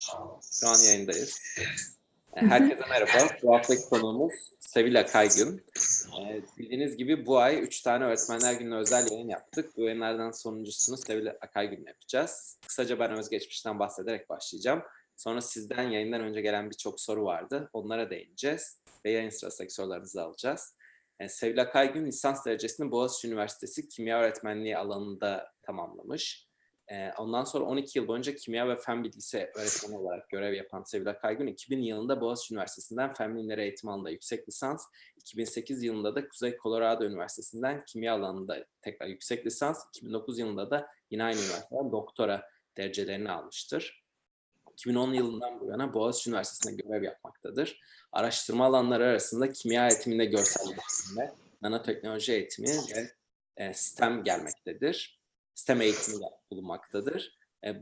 Şu an yayındayız. Herkese merhaba. Bu haftaki konuğumuz Sevil Akaygün. Bildiğiniz gibi bu ay 3 tane Öğretmenler Günü'ne özel yayın yaptık. Bu yayınlardan sonuncusunu Sevil Akaygün'le yapacağız. Kısaca ben özgeçmişten bahsederek başlayacağım. Sonra sizden yayından önce gelen birçok soru vardı. Onlara değineceğiz ve yayın sırasındaki sorularınızı alacağız. Sevil Akaygün lisans derecesini Boğaziçi Üniversitesi Kimya Öğretmenliği alanında tamamlamış. Ondan sonra 12 yıl boyunca kimya ve fen bilgisi öğretmeni olarak görev yapan Sevil Akaygün, 2000 yılında Boğaziçi Üniversitesi'nden fen bilimleri eğitimi alanında yüksek lisans, 2008 yılında da Kuzey Colorado Üniversitesi'nden kimya alanında tekrar yüksek lisans, 2009 yılında da yine aynı üniversiteden doktora derecelerini almıştır. 2010 yılından bu yana Boğaziçi Üniversitesi'nde görev yapmaktadır. Araştırma alanları arasında kimya eğitiminde görsel iletişimde, nanoteknoloji eğitimi ve STEM gelmektedir. STEM eğitimi bulunmaktadır.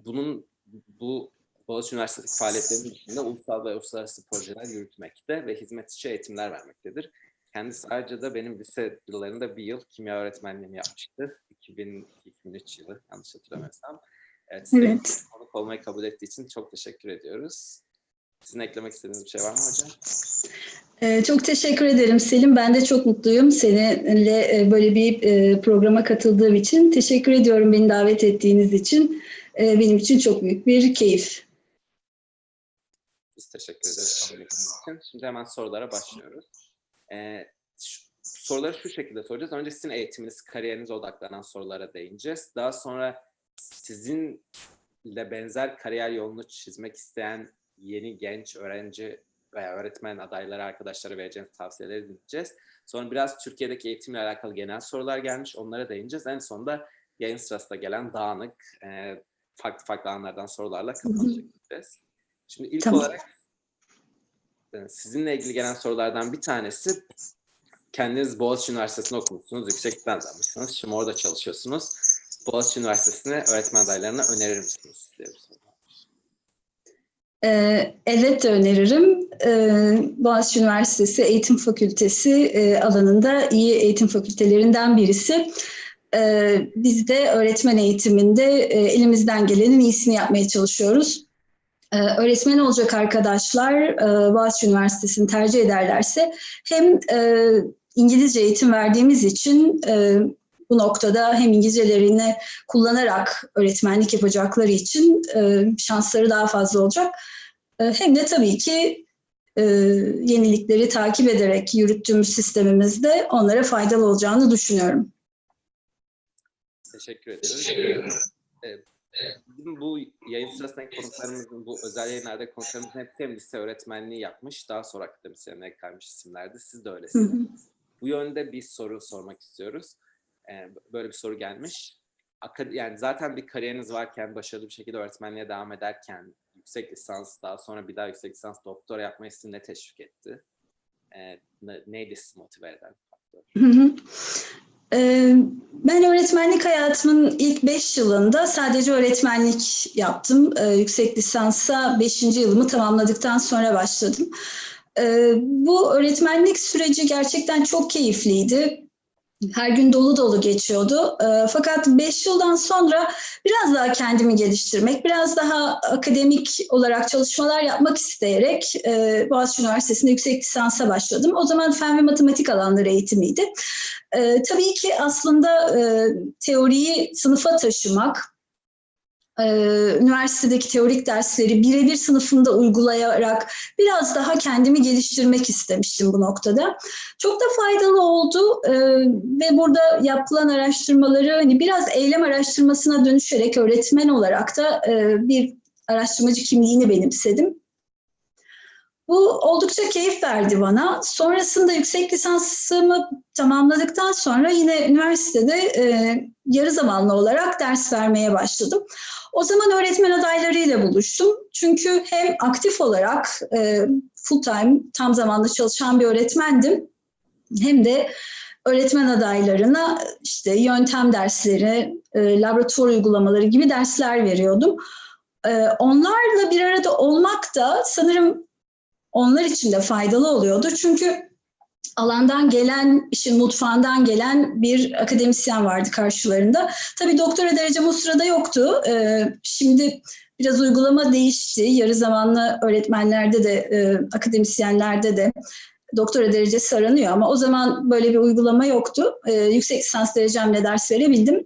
Bu Boğaziçi Üniversitesi faaliyetlerinin dışında ulusal ve uluslararası projeler yürütmekte ve hizmet içi eğitimler vermektedir. Kendisi ayrıca da benim lise yıllarında bir yıl kimya öğretmenliğimi yapmıştı. 2003 yılı yanlış hatırlamıyorsam. Evet. Konuk olmayı kabul ettiği için çok teşekkür ediyoruz. Sizin eklemek istediğiniz bir şey var mı hocam? Çok teşekkür ederim Selim. Ben de çok mutluyum seninle böyle bir programa katıldığım için. Teşekkür ediyorum beni davet ettiğiniz için. Benim için çok büyük bir keyif. Biz teşekkür ederiz. Şimdi hemen sorulara başlıyoruz. Soruları şu şekilde soracağız. Önce sizin eğitiminiz, kariyerinize odaklanan sorulara değineceğiz. Daha sonra sizinle benzer kariyer yolunu çizmek isteyen yeni genç öğrenci veya öğretmen adayları, arkadaşlara vereceğiniz tavsiyeleri dinleyeceğiz. Sonra biraz Türkiye'deki eğitimle alakalı genel sorular gelmiş, onlara değineceğiz. En sonunda yayın sırasında gelen dağınık, farklı alanlardan sorularla kapanacağız. Şimdi ilk olarak sizinle ilgili gelen sorulardan bir tanesi, kendiniz Boğaziçi Üniversitesi'nde okumuşsunuz, yüksek lisans almışsınız, şimdi orada çalışıyorsunuz. Boğaziçi Üniversitesi'ne öğretmen adaylarına önerir misiniz diye bir soru. Evet öneririm. Boğaziçi Üniversitesi Eğitim Fakültesi alanında iyi eğitim fakültelerinden birisi. Biz de öğretmen eğitiminde elimizden gelenin iyisini yapmaya çalışıyoruz. Öğretmen olacak arkadaşlar Boğaziçi Üniversitesi'ni tercih ederlerse hem İngilizce eğitim verdiğimiz için bu noktada hem İngilizcelerini kullanarak öğretmenlik yapacakları için şansları daha fazla olacak. Hem de tabii ki yenilikleri takip ederek yürüttüğümüz sistemimizde onlara faydalı olacağını düşünüyorum. Teşekkür ederim. Bizim bu yayın sırasındaki konuklarımızın, bu özel yayınlarda konuklarımızın hepsi hem lise öğretmenliği yapmış, daha sonra akademisyenliğe kaymış isimlerdi. Siz de öylesiniz. Bu yönde bir soru sormak istiyoruz. Böyle bir soru gelmiş. Yani zaten bir kariyeriniz varken, başarılı bir şekilde öğretmenliğe devam ederken, yüksek lisans, daha sonra bir daha yüksek lisans, doktora yapmayı sizi ne teşvik etti? Neydi sizi motive eden faktör? Ben öğretmenlik hayatımın ilk 5 yılında sadece öğretmenlik yaptım. Yüksek lisansa 5. yılımı tamamladıktan sonra başladım. Bu öğretmenlik süreci gerçekten çok keyifliydi. Her gün dolu dolu geçiyordu. Fakat 5 yıldan sonra biraz daha kendimi geliştirmek, biraz daha akademik olarak çalışmalar yapmak isteyerek Boğaziçi Üniversitesi'nde yüksek lisansa başladım. O zaman fen ve matematik alanları eğitimiydi. Tabii ki aslında teoriyi sınıfa taşımak, üniversitedeki teorik dersleri birebir sınıfında uygulayarak biraz daha kendimi geliştirmek istemiştim bu noktada. Çok da faydalı oldu ve burada yapılan araştırmaları hani biraz eylem araştırmasına dönüşerek öğretmen olarak da bir araştırmacı kimliğini benimsedim. Bu oldukça keyif verdi bana. Sonrasında yüksek lisansımı tamamladıktan sonra yine üniversitede yarı zamanlı olarak ders vermeye başladım. O zaman öğretmen adaylarıyla buluştum. Çünkü hem aktif olarak full time, tam zamanlı çalışan bir öğretmendim. Hem de öğretmen adaylarına işte yöntem dersleri, laboratuvar uygulamaları gibi dersler veriyordum. Onlarla bir arada olmak da sanırım onlar için de faydalı oluyordu. Çünkü alandan gelen, işin mutfağından gelen bir akademisyen vardı karşılarında. Tabii doktora derecem o sırada yoktu. Şimdi biraz uygulama değişti. Yarı zamanlı öğretmenlerde de, akademisyenlerde de doktora derecesi aranıyor ama o zaman böyle bir uygulama yoktu. Yüksek lisans derecemle ders verebildim.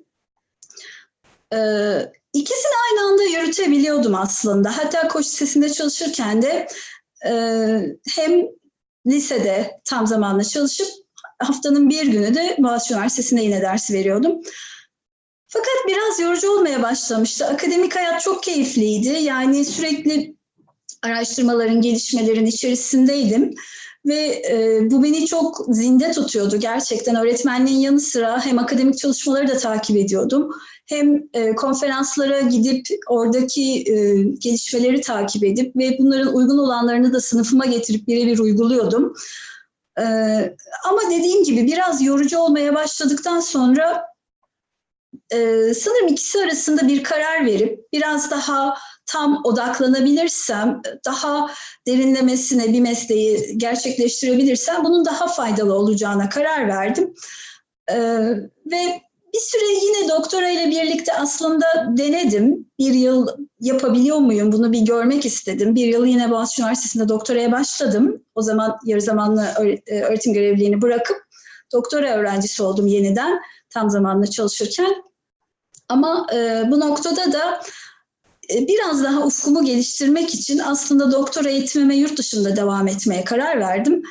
İkisini aynı anda yürütebiliyordum aslında. Hatta Koç Lisesi'nde çalışırken de hem lisede tam zamanlı çalışıp haftanın bir günü de Boğaziçi Üniversitesi'nde yine ders veriyordum. Fakat biraz yorucu olmaya başlamıştı. Akademik hayat çok keyifliydi. Yani sürekli araştırmaların, gelişmelerin içerisindeydim. Ve bu beni çok zinde tutuyordu gerçekten. Öğretmenliğin yanı sıra hem akademik çalışmaları da takip ediyordum. Hem konferanslara gidip oradaki gelişmeleri takip edip ve bunların uygun olanlarını da sınıfıma getirip birebir uyguluyordum. Ama dediğim gibi biraz yorucu olmaya başladıktan sonra sanırım ikisi arasında bir karar verip biraz daha tam odaklanabilirsem, daha derinlemesine bir mesleği gerçekleştirebilirsem bunun daha faydalı olacağına karar verdim. Ve bir süre yine doktora ile birlikte aslında denedim. Bir yıl yapabiliyor muyum? Bunu bir görmek istedim. Bir yıl yine Boğaziçi Üniversitesi'nde doktoraya başladım. O zaman yarı zamanlı öğretim görevliliğini bırakıp doktora öğrencisi oldum yeniden tam zamanlı çalışırken. Ama bu noktada da biraz daha ufkumu geliştirmek için aslında doktora eğitimime yurt dışında devam etmeye karar verdim.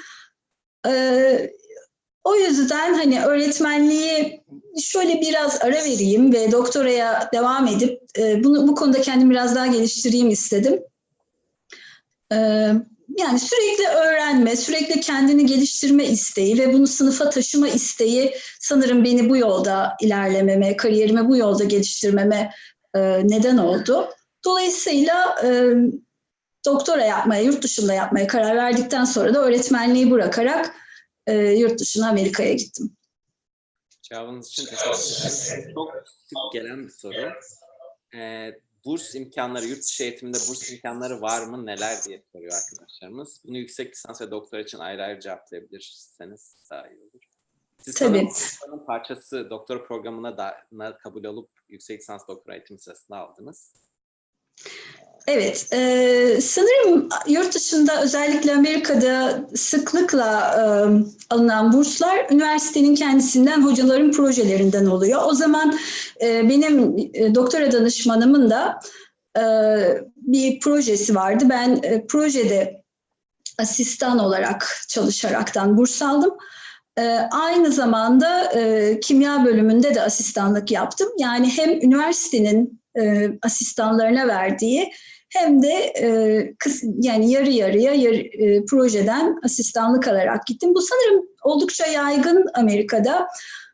O yüzden hani öğretmenliği şöyle biraz ara vereyim ve doktoraya devam edip bu konuda kendimi biraz daha geliştireyim istedim. Yani sürekli öğrenme, sürekli kendini geliştirme isteği ve bunu sınıfa taşıma isteği sanırım beni bu yolda ilerlememe, kariyerimi bu yolda geliştirmeme neden oldu. Dolayısıyla doktora yapmaya, yurt dışında yapmaya karar verdikten sonra da öğretmenliği bırakarak yurt dışına Amerika'ya gittim. Cevabınız için teşekkür ederim. Çok sık gelen bir soru. Burs imkanları, yurt dışı eğitiminde burs imkanları var mı, neler diye soruyor arkadaşlarımız. Bunu yüksek lisans ve doktora için ayrı ayrı cevaplayabilirseniz daha iyi olur. Siz Tabii. sanırım parçası doktora programına da kabul olup yüksek lisans doktora eğitim sırasında aldınız. Evet, sanırım yurt dışında özellikle Amerika'da sıklıkla alınan burslar üniversitenin kendisinden hocaların projelerinden oluyor. O zaman benim doktora danışmanımın da bir projesi vardı. Ben projede asistan olarak çalışaraktan burs aldım. Aynı zamanda kimya bölümünde de asistanlık yaptım. Yani hem üniversitenin asistanlarına verdiği hem de yani yarı yarıya projeden asistanlık alarak gittim. Bu sanırım oldukça yaygın Amerika'da.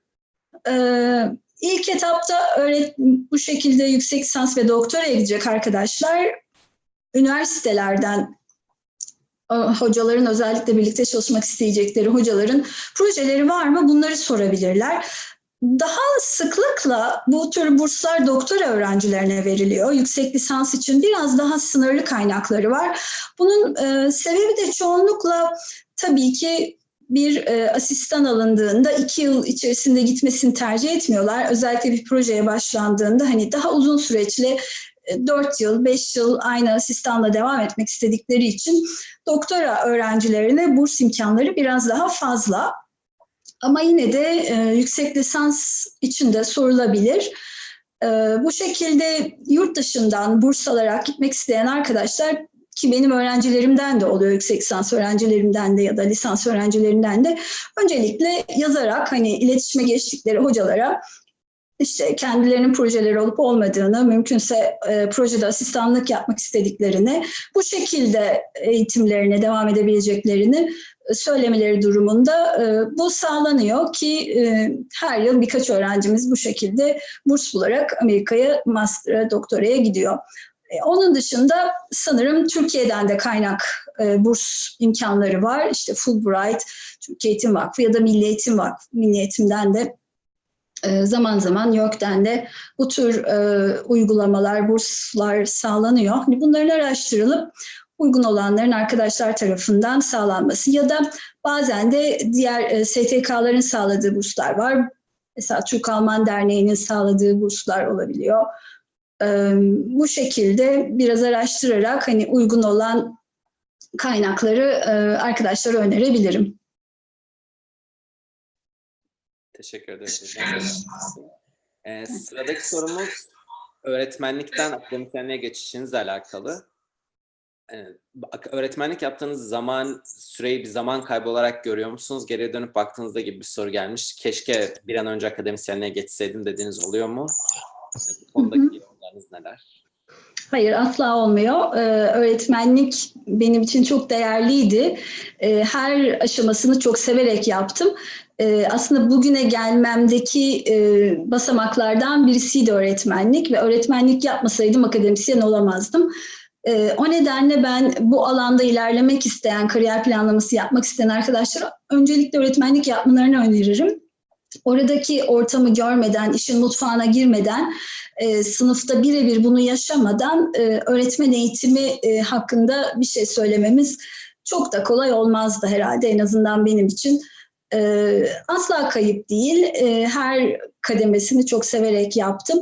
İlk etapta bu şekilde yüksek lisans ve doktoraya gidecek arkadaşlar üniversitelerden hocaların özellikle birlikte çalışmak isteyecekleri hocaların projeleri var mı bunları sorabilirler. Daha sıklıkla bu tür burslar doktora öğrencilerine veriliyor. Yüksek lisans için biraz daha sınırlı kaynakları var. Bunun sebebi de çoğunlukla tabii ki bir asistan alındığında 2 yıl içerisinde gitmesini tercih etmiyorlar. Özellikle bir projeye başlandığında hani daha uzun süreçli 4 yıl, 5 yıl aynı asistanla devam etmek istedikleri için doktora öğrencilerine burs imkanları biraz daha fazla. Ama yine de yüksek lisans için de sorulabilir. Bu şekilde yurt dışından burs alarak gitmek isteyen arkadaşlar ki benim öğrencilerimden de oluyor, yüksek lisans öğrencilerimden de ya da lisans öğrencilerinden de öncelikle yazarak hani iletişime geçtikleri hocalara işte kendilerinin projeleri olup olmadığını, mümkünse projede asistanlık yapmak istediklerini, bu şekilde eğitimlerine devam edebileceklerini söylemeleri durumunda bu sağlanıyor ki her yıl birkaç öğrencimiz bu şekilde burs bularak Amerika'ya master'a, doktoraya gidiyor. Onun dışında sanırım Türkiye'den de kaynak burs imkanları var. İşte Fulbright, Türkiye Eğitim Vakfı ya da Milli Eğitim Vakfı, Milli Eğitim'den de zaman zaman YÖK'ten de bu tür uygulamalar, burslar sağlanıyor. Bunların araştırılıp uygun olanların arkadaşlar tarafından sağlanması ya da bazen de diğer STK'ların sağladığı burslar var. Mesela Türk-Alman Derneği'nin sağladığı burslar olabiliyor. Bu şekilde biraz araştırarak hani uygun olan kaynakları arkadaşlara önerebilirim. Teşekkür ederiz hocam. Sıradaki sorumuz öğretmenlikten akademisyenliğe geçişinizle alakalı. Öğretmenlik yaptığınız süreyi bir zaman kaybı olarak görüyor musunuz? Geriye dönüp baktığınızda gibi bir soru gelmiş. Keşke bir an önce akademisyenliğe geçseydim dediğiniz oluyor mu? Bu konudaki yorumlarınız neler? Hayır, asla olmuyor. Öğretmenlik benim için çok değerliydi. Her aşamasını çok severek yaptım. Aslında bugüne gelmemdeki basamaklardan birisiydi öğretmenlik ve öğretmenlik yapmasaydım akademisyen olamazdım. O nedenle ben bu alanda ilerlemek isteyen, kariyer planlaması yapmak isteyen arkadaşlara öncelikle öğretmenlik yapmalarını öneririm. Oradaki ortamı görmeden, işin mutfağına girmeden, sınıfta birebir bunu yaşamadan öğretmen eğitimi hakkında bir şey söylememiz çok da kolay olmazdı herhalde, en azından benim için. Asla kayıp değil, her kademesini çok severek yaptım.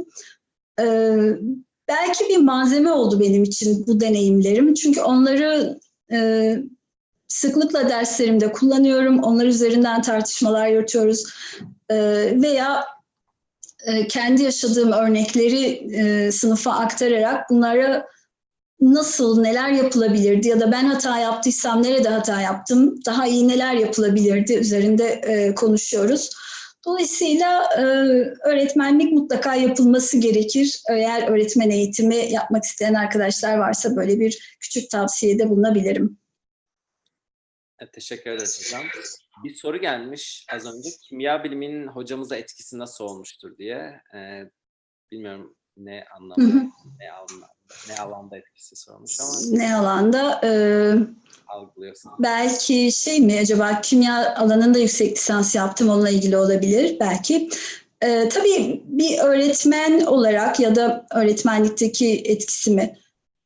Belki bir malzeme oldu benim için bu deneyimlerim. Çünkü onları sıklıkla derslerimde kullanıyorum. Onlar üzerinden tartışmalar yürütüyoruz. Veya kendi yaşadığım örnekleri sınıfa aktararak bunlara neler yapılabilirdi ya da ben hata yaptıysam nerede hata yaptım, daha iyi neler yapılabilirdi üzerinde konuşuyoruz. Dolayısıyla öğretmenlik mutlaka yapılması gerekir. Eğer öğretmen eğitimi yapmak isteyen arkadaşlar varsa böyle bir küçük tavsiyede bulunabilirim. Teşekkür ederiz hocam. Bir soru gelmiş az önce. Kimya biliminin hocamıza etkisi nasıl olmuştur diye. Bilmiyorum ne anlamda, ne alanda etkisi sormuş ama. Ne alanda? Algılıyorsun. Belki mi acaba kimya alanında yüksek lisans yaptım, onunla ilgili olabilir belki. Tabii bir öğretmen olarak ya da öğretmenlikteki etkisi mi?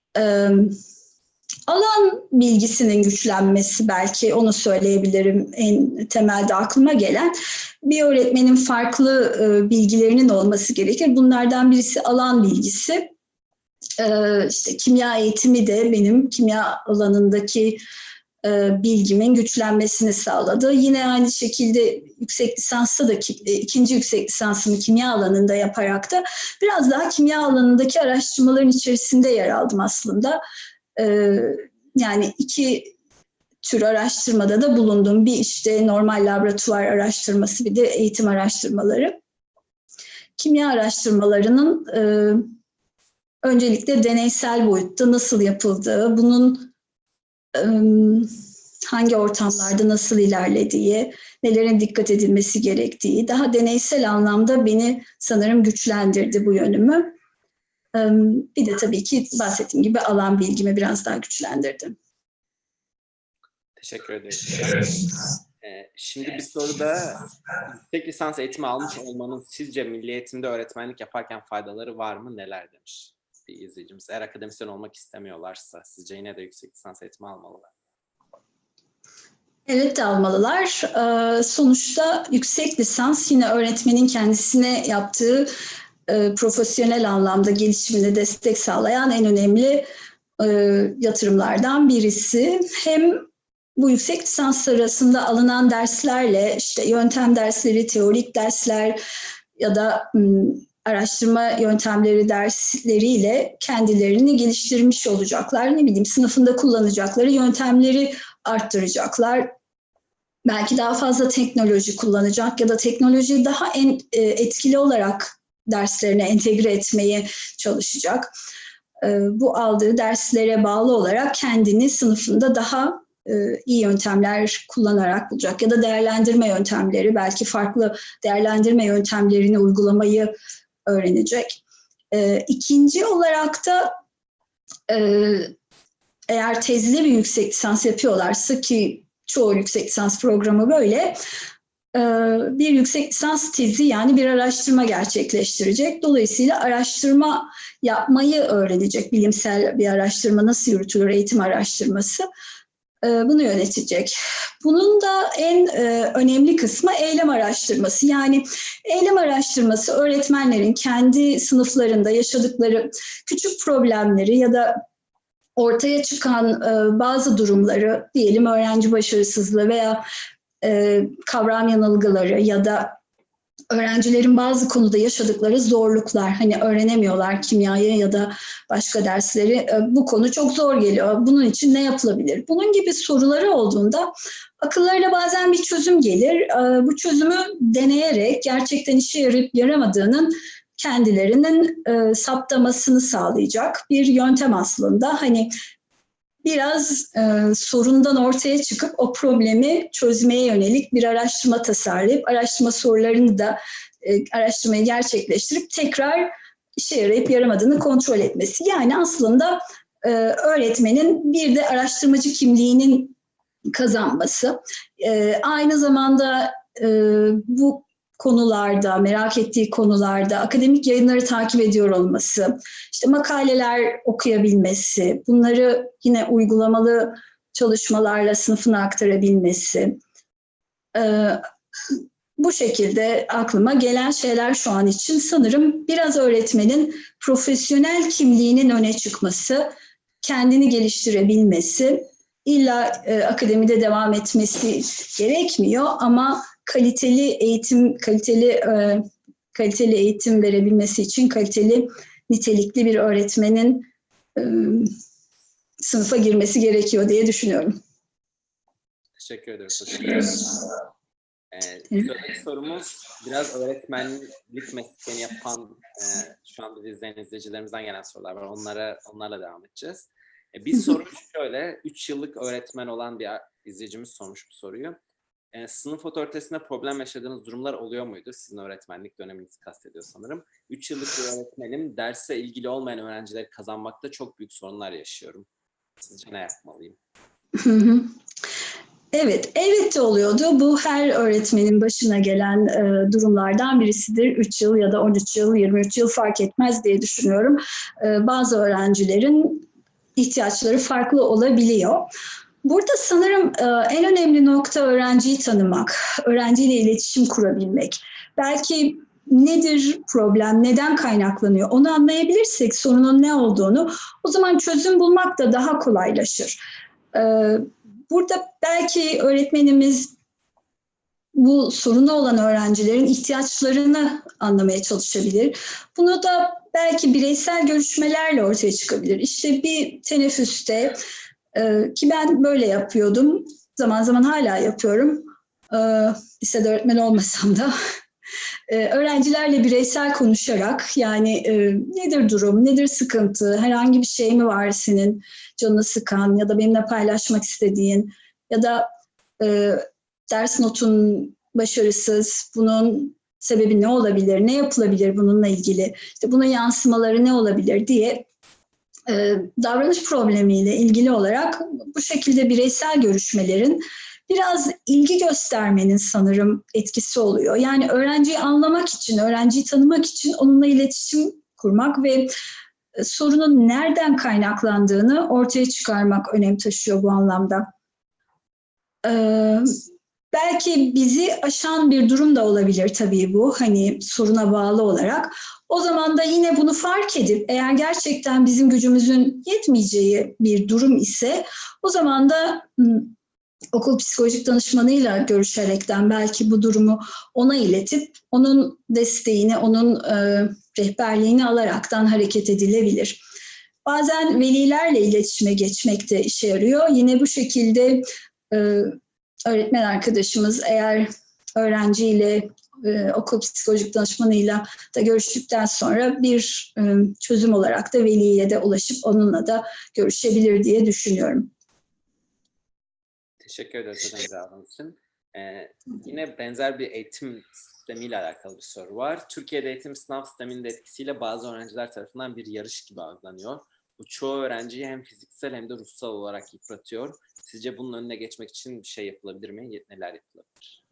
Alan bilgisinin güçlenmesi, belki onu söyleyebilirim en temelde aklıma gelen. Bir öğretmenin farklı bilgilerinin olması gerekir. Bunlardan birisi alan bilgisi. İşte kimya eğitimi de benim kimya alanındaki bilgimin güçlenmesini sağladı. Yine aynı şekilde yüksek lisansta da ikinci yüksek lisansımı kimya alanında yaparak da biraz daha kimya alanındaki araştırmaların içerisinde yer aldım aslında. Yani iki tür araştırmada da bulundum. Bir işte normal laboratuvar araştırması, bir de eğitim araştırmaları. Kimya araştırmalarının öncelikle deneysel boyutta nasıl yapıldığı, bunun hangi ortamlarda nasıl ilerlediği, nelerin dikkat edilmesi gerektiği, daha deneysel anlamda beni sanırım güçlendirdi bu yönümü. Bir de tabii ki bahsettiğim gibi alan bilgimi biraz daha güçlendirdi. Teşekkür ederiz. Şimdi bir soruda yüksek lisans eğitimi almış olmanın sizce milli eğitimde öğretmenlik yaparken faydaları var mı? Neler demiş bir izleyicimiz. Eğer akademisyen olmak istemiyorlarsa sizce yine de yüksek lisans eğitimi almalılar? Evet de almalılar. Sonuçta yüksek lisans yine öğretmenin kendisine yaptığı profesyonel anlamda gelişimine destek sağlayan en önemli yatırımlardan birisi. Hem bu yüksek lisans sırasında alınan derslerle, işte yöntem dersleri, teorik dersler ya da araştırma yöntemleri dersleriyle kendilerini geliştirmiş olacaklar. Ne bileyim, sınıfında kullanacakları yöntemleri arttıracaklar. Belki daha fazla teknoloji kullanacak ya da teknolojiyi daha etkili olarak derslerine entegre etmeye çalışacak. Bu aldığı derslere bağlı olarak kendini sınıfında daha iyi yöntemler kullanarak bulacak ya da değerlendirme yöntemleri, belki farklı değerlendirme yöntemlerini uygulamayı öğrenecek. İkinci olarak da eğer tezli bir yüksek lisans yapıyorlarsa, ki çoğu yüksek lisans programı böyle, bir yüksek lisans tezi yani bir araştırma gerçekleştirecek. Dolayısıyla araştırma yapmayı öğrenecek. Bilimsel bir araştırma nasıl yürütülür, eğitim araştırması. bunu yönetecek. Bunun da en önemli kısmı eylem araştırması. Yani eylem araştırması öğretmenlerin kendi sınıflarında yaşadıkları küçük problemleri ya da ortaya çıkan bazı durumları, diyelim öğrenci başarısızlığı veya kavram yanılgıları ya da öğrencilerin bazı konuda yaşadıkları zorluklar, hani öğrenemiyorlar kimyayı ya da başka dersleri, bu konu çok zor geliyor. Bunun için ne yapılabilir? Bunun gibi soruları olduğunda akıllarına bazen bir çözüm gelir. Bu çözümü deneyerek gerçekten işe yarayıp yaramadığının kendilerinin saptamasını sağlayacak bir yöntem aslında. Hani biraz sorundan ortaya çıkıp o problemi çözmeye yönelik bir araştırma tasarlayıp araştırma sorularını da araştırmayı gerçekleştirip tekrar işe yarayıp yaramadığını kontrol etmesi. Yani aslında öğretmenin bir de araştırmacı kimliğinin kazanması. Aynı zamanda bu konularda, merak ettiği konularda akademik yayınları takip ediyor olması, işte makaleler okuyabilmesi, bunları yine uygulamalı çalışmalarla sınıfına aktarabilmesi. Bu şekilde aklıma gelen şeyler şu an için sanırım biraz öğretmenin profesyonel kimliğinin öne çıkması, kendini geliştirebilmesi, illa akademide devam etmesi gerekmiyor ama kaliteli eğitim verebilmesi için kaliteli, nitelikli bir öğretmenin sınıfa girmesi gerekiyor diye düşünüyorum. Teşekkür ederim. Sıradaki sorumuz biraz öğretmenlik mesleğini yapan, şu anda izleyen izleyicilerimizden gelen sorular var. Onlarla devam edeceğiz. Bir soru şöyle, 3 yıllık öğretmen olan bir izleyicimiz sormuş bu soruyu. Sınıf otoritesinde problem yaşadığınız durumlar oluyor muydu? Sizin öğretmenlik döneminizi kastediyor sanırım. 3 yıllık bir öğretmenim, derse ilgili olmayan öğrencileri kazanmakta çok büyük sorunlar yaşıyorum. Sizce ne yapmalıyım? Evet, elbette oluyordu. Bu her öğretmenin başına gelen durumlardan birisidir. 3 yıl ya da 13 yıl, 23 yıl fark etmez diye düşünüyorum. Bazı öğrencilerin ihtiyaçları farklı olabiliyor. Burada sanırım en önemli nokta öğrenciyi tanımak, öğrenciyle iletişim kurabilmek. Belki nedir problem, neden kaynaklanıyor onu anlayabilirsek sorunun ne olduğunu, o zaman çözüm bulmak da daha kolaylaşır. Burada belki öğretmenimiz bu sorunu olan öğrencilerin ihtiyaçlarını anlamaya çalışabilir. Bunu da belki bireysel görüşmelerle ortaya çıkabilir. İşte bir teneffüste, ki ben böyle yapıyordum, zaman zaman hala yapıyorum, lisede öğretmen olmasam da, öğrencilerle bireysel konuşarak, yani nedir durum, nedir sıkıntı, herhangi bir şey mi var senin canını sıkan ya da benimle paylaşmak istediğin ya da ders notun başarısız, bunun sebebi ne olabilir, ne yapılabilir bununla ilgili, işte bunun yansımaları ne olabilir diye davranış problemiyle ilgili olarak bu şekilde bireysel görüşmelerin biraz ilgi göstermenin sanırım etkisi oluyor. Yani öğrenciyi anlamak için, öğrenciyi tanımak için onunla iletişim kurmak ve sorunun nereden kaynaklandığını ortaya çıkarmak önem taşıyor bu anlamda. Belki bizi aşan bir durum da olabilir tabii bu, hani soruna bağlı olarak. O zaman da yine bunu fark edip eğer gerçekten bizim gücümüzün yetmeyeceği bir durum ise o zaman da okul psikolojik danışmanıyla görüşerekten belki bu durumu ona iletip onun desteğini, onun rehberliğini alaraktan hareket edilebilir. Bazen velilerle iletişime geçmek de işe yarıyor. Yine bu şekilde öğretmen arkadaşımız eğer öğrenciyle okul psikolojik danışmanıyla da görüştükten sonra bir çözüm olarak da veliye de ulaşıp onunla da görüşebilir diye düşünüyorum. Teşekkür ederiz hocam cevabınız için. Yine benzer bir eğitim sistemiyle alakalı bir soru var. Türkiye'de eğitim sınav sisteminin de etkisiyle bazı öğrenciler tarafından bir yarış gibi algılanıyor. Bu çoğu öğrenciyi hem fiziksel hem de ruhsal olarak yıpratıyor. Sizce bunun önüne geçmek için bir şey yapılabilir mi? Neler yapılabilir?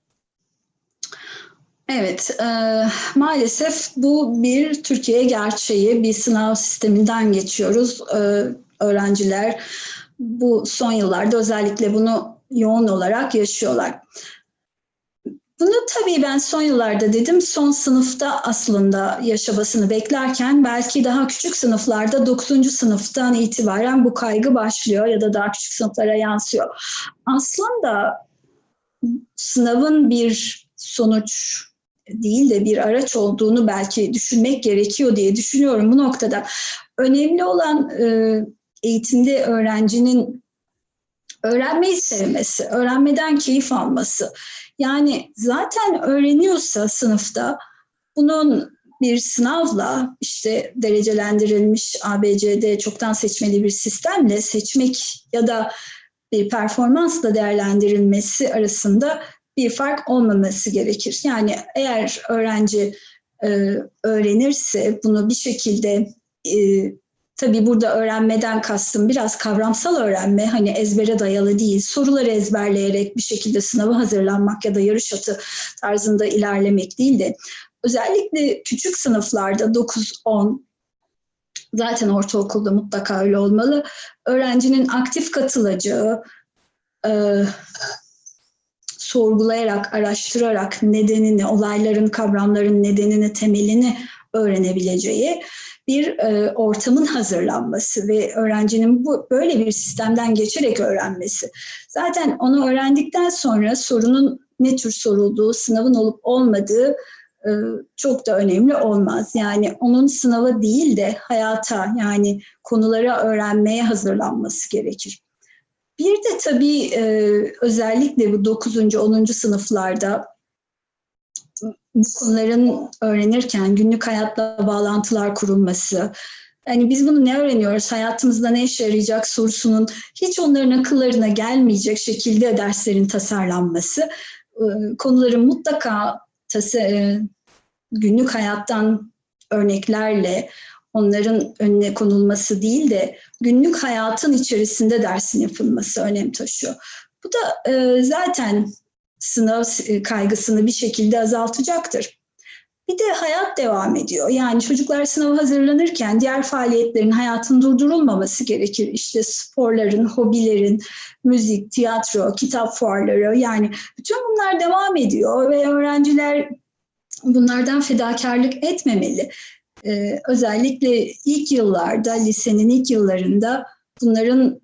Evet, maalesef bu bir Türkiye gerçeği. Bir sınav sisteminden geçiyoruz. Öğrenciler bu son yıllarda özellikle bunu yoğun olarak yaşıyorlar. Bunu tabii ben son yıllarda dedim, son sınıfta aslında yaşamasını beklerken belki daha küçük sınıflarda 9. sınıftan itibaren bu kaygı başlıyor ya da daha küçük sınıflara yansıyor. Aslında sınavın bir sonuç değil de bir araç olduğunu belki düşünmek gerekiyor diye düşünüyorum bu noktada. Önemli olan eğitimde öğrencinin öğrenmeyi sevmesi, öğrenmeden keyif alması. Yani zaten öğreniyorsa sınıfta bunun bir sınavla işte derecelendirilmiş ABCD çoktan seçmeli bir sistemle seçmek ya da bir performansla değerlendirilmesi arasında bir fark olmaması gerekir. Yani eğer öğrenci öğrenirse bunu bir şekilde tabii burada öğrenmeden kastım biraz kavramsal öğrenme, hani ezbere dayalı değil, soruları ezberleyerek bir şekilde sınava hazırlanmak ya da yarış atı tarzında ilerlemek değil de özellikle küçük sınıflarda 9-10, zaten ortaokulda mutlaka öyle olmalı, öğrencinin aktif katılacağı, sorgulayarak, araştırarak nedenini, olayların, kavramların nedenini, temelini öğrenebileceği bir ortamın hazırlanması ve öğrencinin böyle bir sistemden geçerek öğrenmesi. Zaten onu öğrendikten sonra sorunun ne tür sorulduğu, sınavın olup olmadığı çok da önemli olmaz. Yani onun sınava değil de hayata, yani konulara öğrenmeye hazırlanması gerekir. Bir de tabii özellikle bu 9. 10. sınıflarda bu konuların öğrenirken günlük hayatla bağlantılar kurulması, yani biz bunu ne öğreniyoruz, hayatımızda ne işe yarayacak sorusunun hiç onların akıllarına gelmeyecek şekilde derslerin tasarlanması, konuların mutlaka günlük hayattan örneklerle onların önüne konulması değil de günlük hayatın içerisinde dersin yapılması önem taşıyor. Bu da zaten sınav kaygısını bir şekilde azaltacaktır. Bir de hayat devam ediyor. Yani çocuklar sınava hazırlanırken diğer faaliyetlerin, hayatın durdurulmaması gerekir. İşte sporların, hobilerin, müzik, tiyatro, kitap fuarları, yani bütün bunlar devam ediyor ve öğrenciler bunlardan fedakarlık etmemeli. Özellikle ilk yıllarda, lisenin ilk yıllarında bunların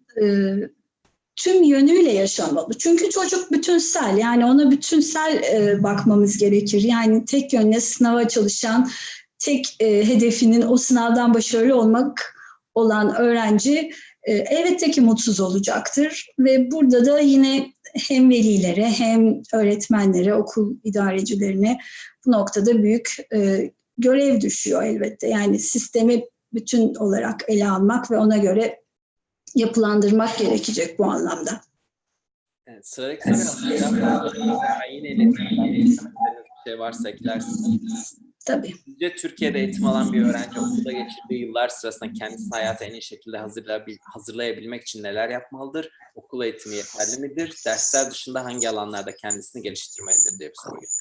tüm yönüyle yaşanmalı. Çünkü çocuk bütünsel, yani ona bütünsel bakmamız gerekir. Yani tek yönle sınava çalışan, tek hedefinin o sınavdan başarılı olmak olan öğrenci elbette ki mutsuz olacaktır. Ve burada da yine hem velilere hem öğretmenlere, okul idarecilerine bu noktada büyük görev düşüyor elbette. Yani sistemi bütün olarak ele almak ve ona göre yapılandırmak gerekecek bu anlamda. Evet, sıradaki soru aslında yine iletişimden bir şey varsa eklersiniz. Tabii. Sizce Türkiye'de eğitim alan bir öğrenci okulda geçirdiği yıllar sırasında kendisini hayata en iyi şekilde hazırlayabilmek için neler yapmalıdır? Okul eğitimi yeterli midir? Dersler dışında hangi alanlarda kendisini geliştirmelidir diye bir soru geliyor.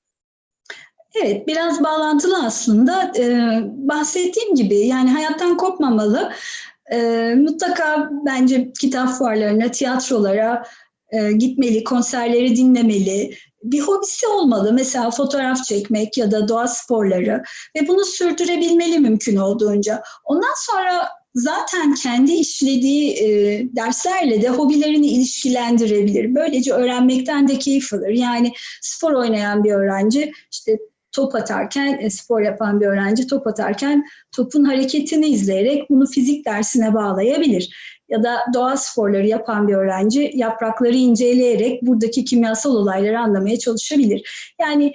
Evet, biraz bağlantılı aslında. Bahsettiğim gibi yani hayattan kopmamalı. Mutlaka bence kitap fuarlarına, tiyatrolara gitmeli, konserleri dinlemeli. Bir hobisi olmalı. Mesela fotoğraf çekmek ya da doğa sporları ve bunu sürdürebilmeli mümkün olduğunca. Ondan sonra zaten kendi işlediği derslerle de hobilerini ilişkilendirebilir. Böylece öğrenmekten de keyif alır. Yani spor oynayan bir öğrenci işte top atarken, spor yapan bir öğrenci top atarken topun hareketini izleyerek bunu fizik dersine bağlayabilir. Ya da doğa sporları yapan bir öğrenci yaprakları inceleyerek buradaki kimyasal olayları anlamaya çalışabilir. Yani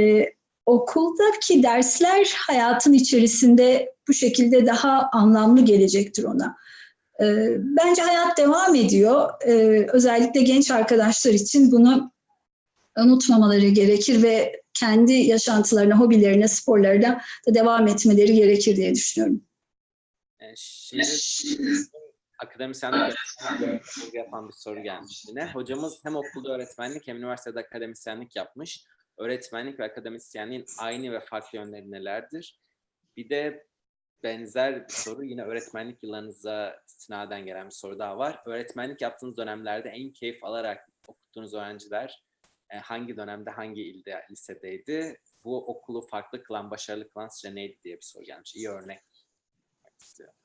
okuldaki dersler hayatın içerisinde bu şekilde daha anlamlı gelecektir ona. Bence hayat devam ediyor. Özellikle genç arkadaşlar için bunu unutmamaları gerekir ve kendi yaşantılarına, hobilerine, sporlarına da devam etmeleri gerekir diye düşünüyorum. Şimdi akademisyenlik yapan bir soru gelmiş yine. Hocamız hem okulda öğretmenlik hem üniversitede akademisyenlik yapmış. Öğretmenlik ve akademisyenliğin aynı ve farklı yönleri nelerdir? Bir de benzer bir soru yine öğretmenlik yıllarınıza istinaden gelen bir soru daha var. Öğretmenlik yaptığınız dönemlerde en keyif alarak okuttuğunuz öğrenciler hangi dönemde, hangi ilde, lisedeydi? Bu okulu farklı kılan, başarılı kılan sizce neydi diye bir soru gelmiş. İyi örnek istiyorum.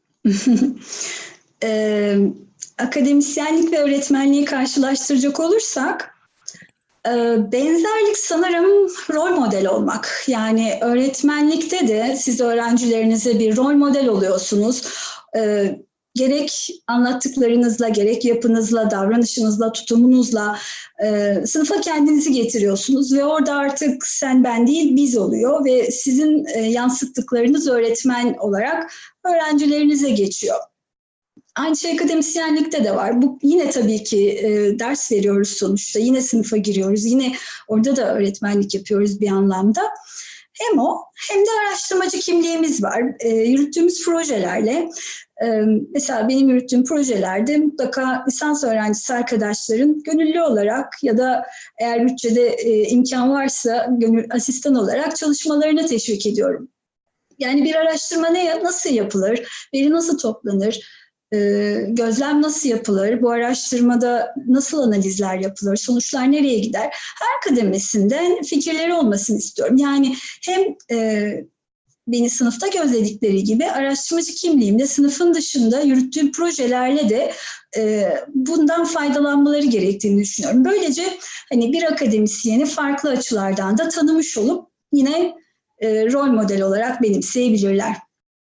Akademisyenlik ve öğretmenliği karşılaştıracak olursak, benzerlik sanırım rol model olmak. Yani öğretmenlikte de siz öğrencilerinize bir rol model oluyorsunuz. Gerek anlattıklarınızla, gerek yapınızla, davranışınızla, tutumunuzla sınıfa kendinizi getiriyorsunuz ve orada artık sen ben değil biz oluyor ve sizin yansıttıklarınız öğretmen olarak öğrencilerinize geçiyor. Aynı şey akademisyenlikte de var. Bu yine tabii ki ders veriyoruz sonuçta. Yine sınıfa giriyoruz. Yine orada da öğretmenlik yapıyoruz bir anlamda. Hem o hem de araştırmacı kimliğimiz var. Yürüttüğümüz projelerle, mesela benim yürüttüğüm projelerde mutlaka lisans öğrencisi arkadaşların gönüllü olarak ya da eğer bütçede imkan varsa asistan olarak çalışmalarını teşvik ediyorum. Yani bir araştırma nasıl yapılır, veri nasıl toplanır, gözlem nasıl yapılır, bu araştırmada nasıl analizler yapılır, sonuçlar nereye gider? Her kademesinden fikirleri olmasını istiyorum. Yani hem beni sınıfta gözledikleri gibi araştırmacı kimliğimde sınıfın dışında yürüttüğüm projelerle de bundan faydalanmaları gerektiğini düşünüyorum. Böylece hani bir akademisyeni farklı açılardan da tanımış olup yine rol model olarak benimseyebilirler.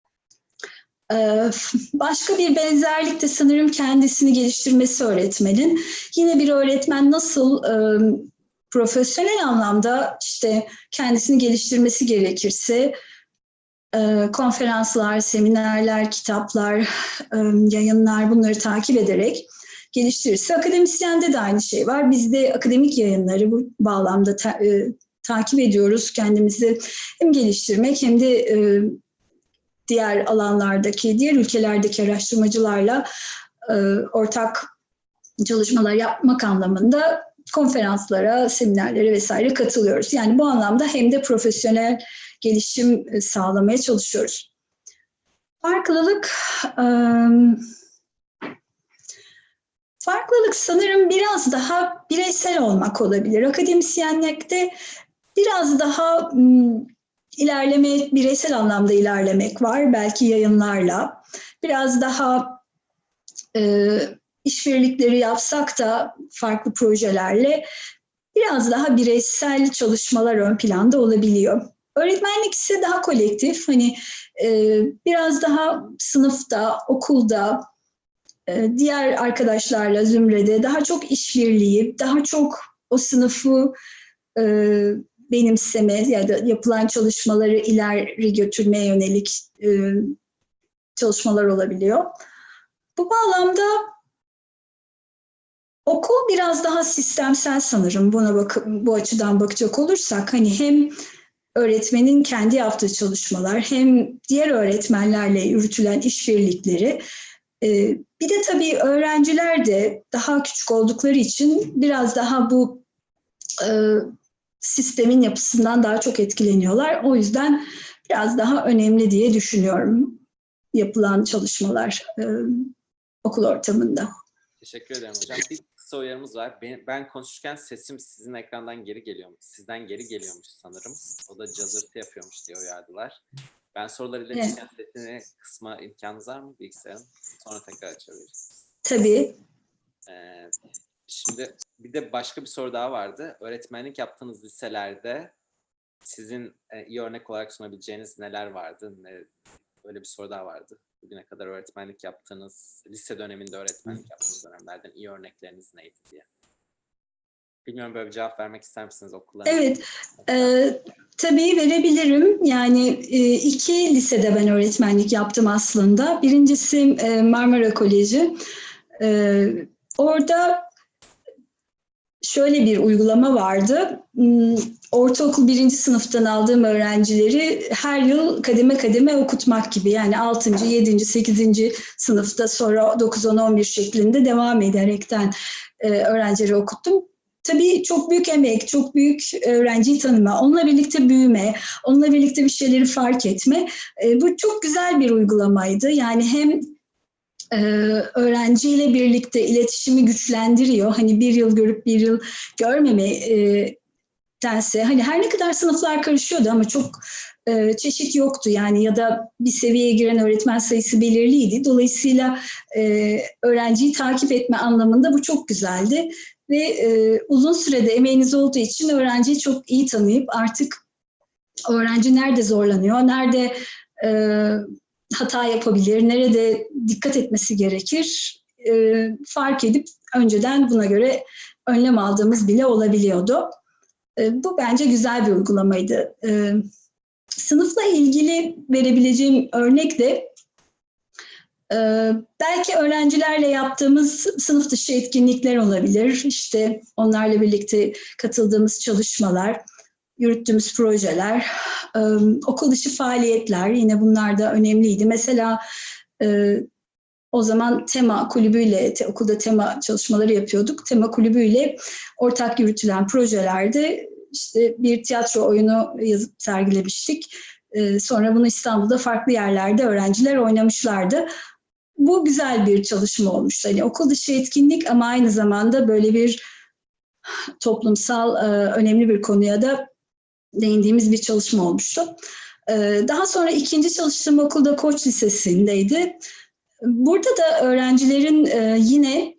Başka bir benzerlik de sanırım kendisini geliştirmesi öğretmenin. Yine bir öğretmen nasıl profesyonel anlamda işte kendisini geliştirmesi gerekirse konferanslar, seminerler, kitaplar, yayınlar bunları takip ederek geliştirirse akademisyende de aynı şey var. Biz de akademik yayınları bu bağlamda takip ediyoruz. Kendimizi hem geliştirmek hem de diğer alanlardaki, diğer ülkelerdeki araştırmacılarla ortak çalışmalar yapmak anlamında konferanslara, seminerlere vesaire katılıyoruz. Yani bu anlamda hem de profesyonel gelişim sağlamaya çalışıyoruz. Farklılık sanırım biraz daha bireysel olmak olabilir. Akademisyenlikte biraz daha bireysel anlamda ilerlemek var. Belki yayınlarla. Biraz daha işbirlikleri yapsak da farklı projelerle biraz daha bireysel çalışmalar ön planda olabiliyor. Öğretmenlik ise daha kolektif. Hani biraz daha sınıfta, okulda, diğer arkadaşlarla zümrede daha çok işbirliği, daha çok o sınıfı benimseme ya da yapılan çalışmaları ileri götürmeye yönelik çalışmalar olabiliyor. Bu bağlamda okul biraz daha sistemsel sanırım bu açıdan bakacak olursak. Hani hem öğretmenin kendi yaptığı çalışmalar hem diğer öğretmenlerle yürütülen işbirlikleri, bir de tabii öğrenciler de daha küçük oldukları için biraz daha bu sistemin yapısından daha çok etkileniyorlar. O yüzden biraz daha önemli diye düşünüyorum yapılan çalışmalar okul ortamında. Teşekkür ederim hocam. Bir kısa uyarımız var. Ben konuşurken sesim sizin ekrandan geri geliyormuş. Sizden geri geliyormuş sanırım. O da cazırtı yapıyormuş diye uyardılar. Ben soruları iletirken sesini kısma imkanınız var mı bilgisayarın? Sonra tekrar açabiliriz. Tabii. Şimdi bir de başka bir soru daha vardı. Öğretmenlik yaptığınız liselerde sizin iyi örnek olarak sunabileceğiniz neler vardı? Böyle bir soru daha vardı. Bugüne kadar öğretmenlik yaptığınız, lise döneminde öğretmenlik yaptığınız dönemlerden iyi örnekleriniz neydi diye. Bilmiyorum, böyle bir cevap vermek ister misiniz okullarınızda? Evet, tabii verebilirim. Yani 2 lisede ben öğretmenlik yaptım aslında. Birincisi Marmara Koleji. Orada şöyle bir uygulama vardı. Ortaokul 1. sınıftan aldığım öğrencileri her yıl kademe kademe okutmak gibi. Yani 6. 7. 8. sınıfta sonra 9, 10, 11 şeklinde devam ederekten öğrencileri okuttum. tabii çok büyük emek, çok büyük öğrenciyi tanıma, onunla birlikte büyüme, onunla birlikte bir şeyleri fark etme. Bu çok güzel bir uygulamaydı. Yani hem öğrenciyle birlikte iletişimi güçlendiriyor. Hani bir yıl görüp bir yıl görmeme dense, hani her ne kadar sınıflar karışıyordu ama çok çeşit yoktu yani, ya da bir seviyeye giren öğretmen sayısı belirliydi. Dolayısıyla öğrenciyi takip etme anlamında bu çok güzeldi ve uzun sürede emeğiniz olduğu için öğrenciyi çok iyi tanıyıp artık öğrenci nerede zorlanıyor, nerede hata yapabilir, nerede dikkat etmesi gerekir fark edip önceden buna göre önlem aldığımız bile olabiliyordu. Bu bence güzel bir uygulamaydı. Sınıfla ilgili verebileceğim örnek de belki öğrencilerle yaptığımız sınıf dışı etkinlikler olabilir. İşte onlarla birlikte katıldığımız çalışmalar, yürüttüğümüz projeler, okul dışı faaliyetler, yine bunlar da önemliydi. Mesela o zaman tema kulübüyle, okulda tema çalışmaları yapıyorduk. Tema kulübüyle ortak yürütülen projelerde işte bir tiyatro oyunu yazıp sergilemiştik. Sonra bunu İstanbul'da farklı yerlerde öğrenciler oynamışlardı. Bu güzel bir çalışma olmuştu. Hani okul dışı etkinlik ama aynı zamanda böyle bir toplumsal önemli bir konuya da değindiğimiz bir çalışma olmuştu. Daha sonra ikinci çalıştığım okulda Koç Lisesi'ndeydi. Burada da öğrencilerin yine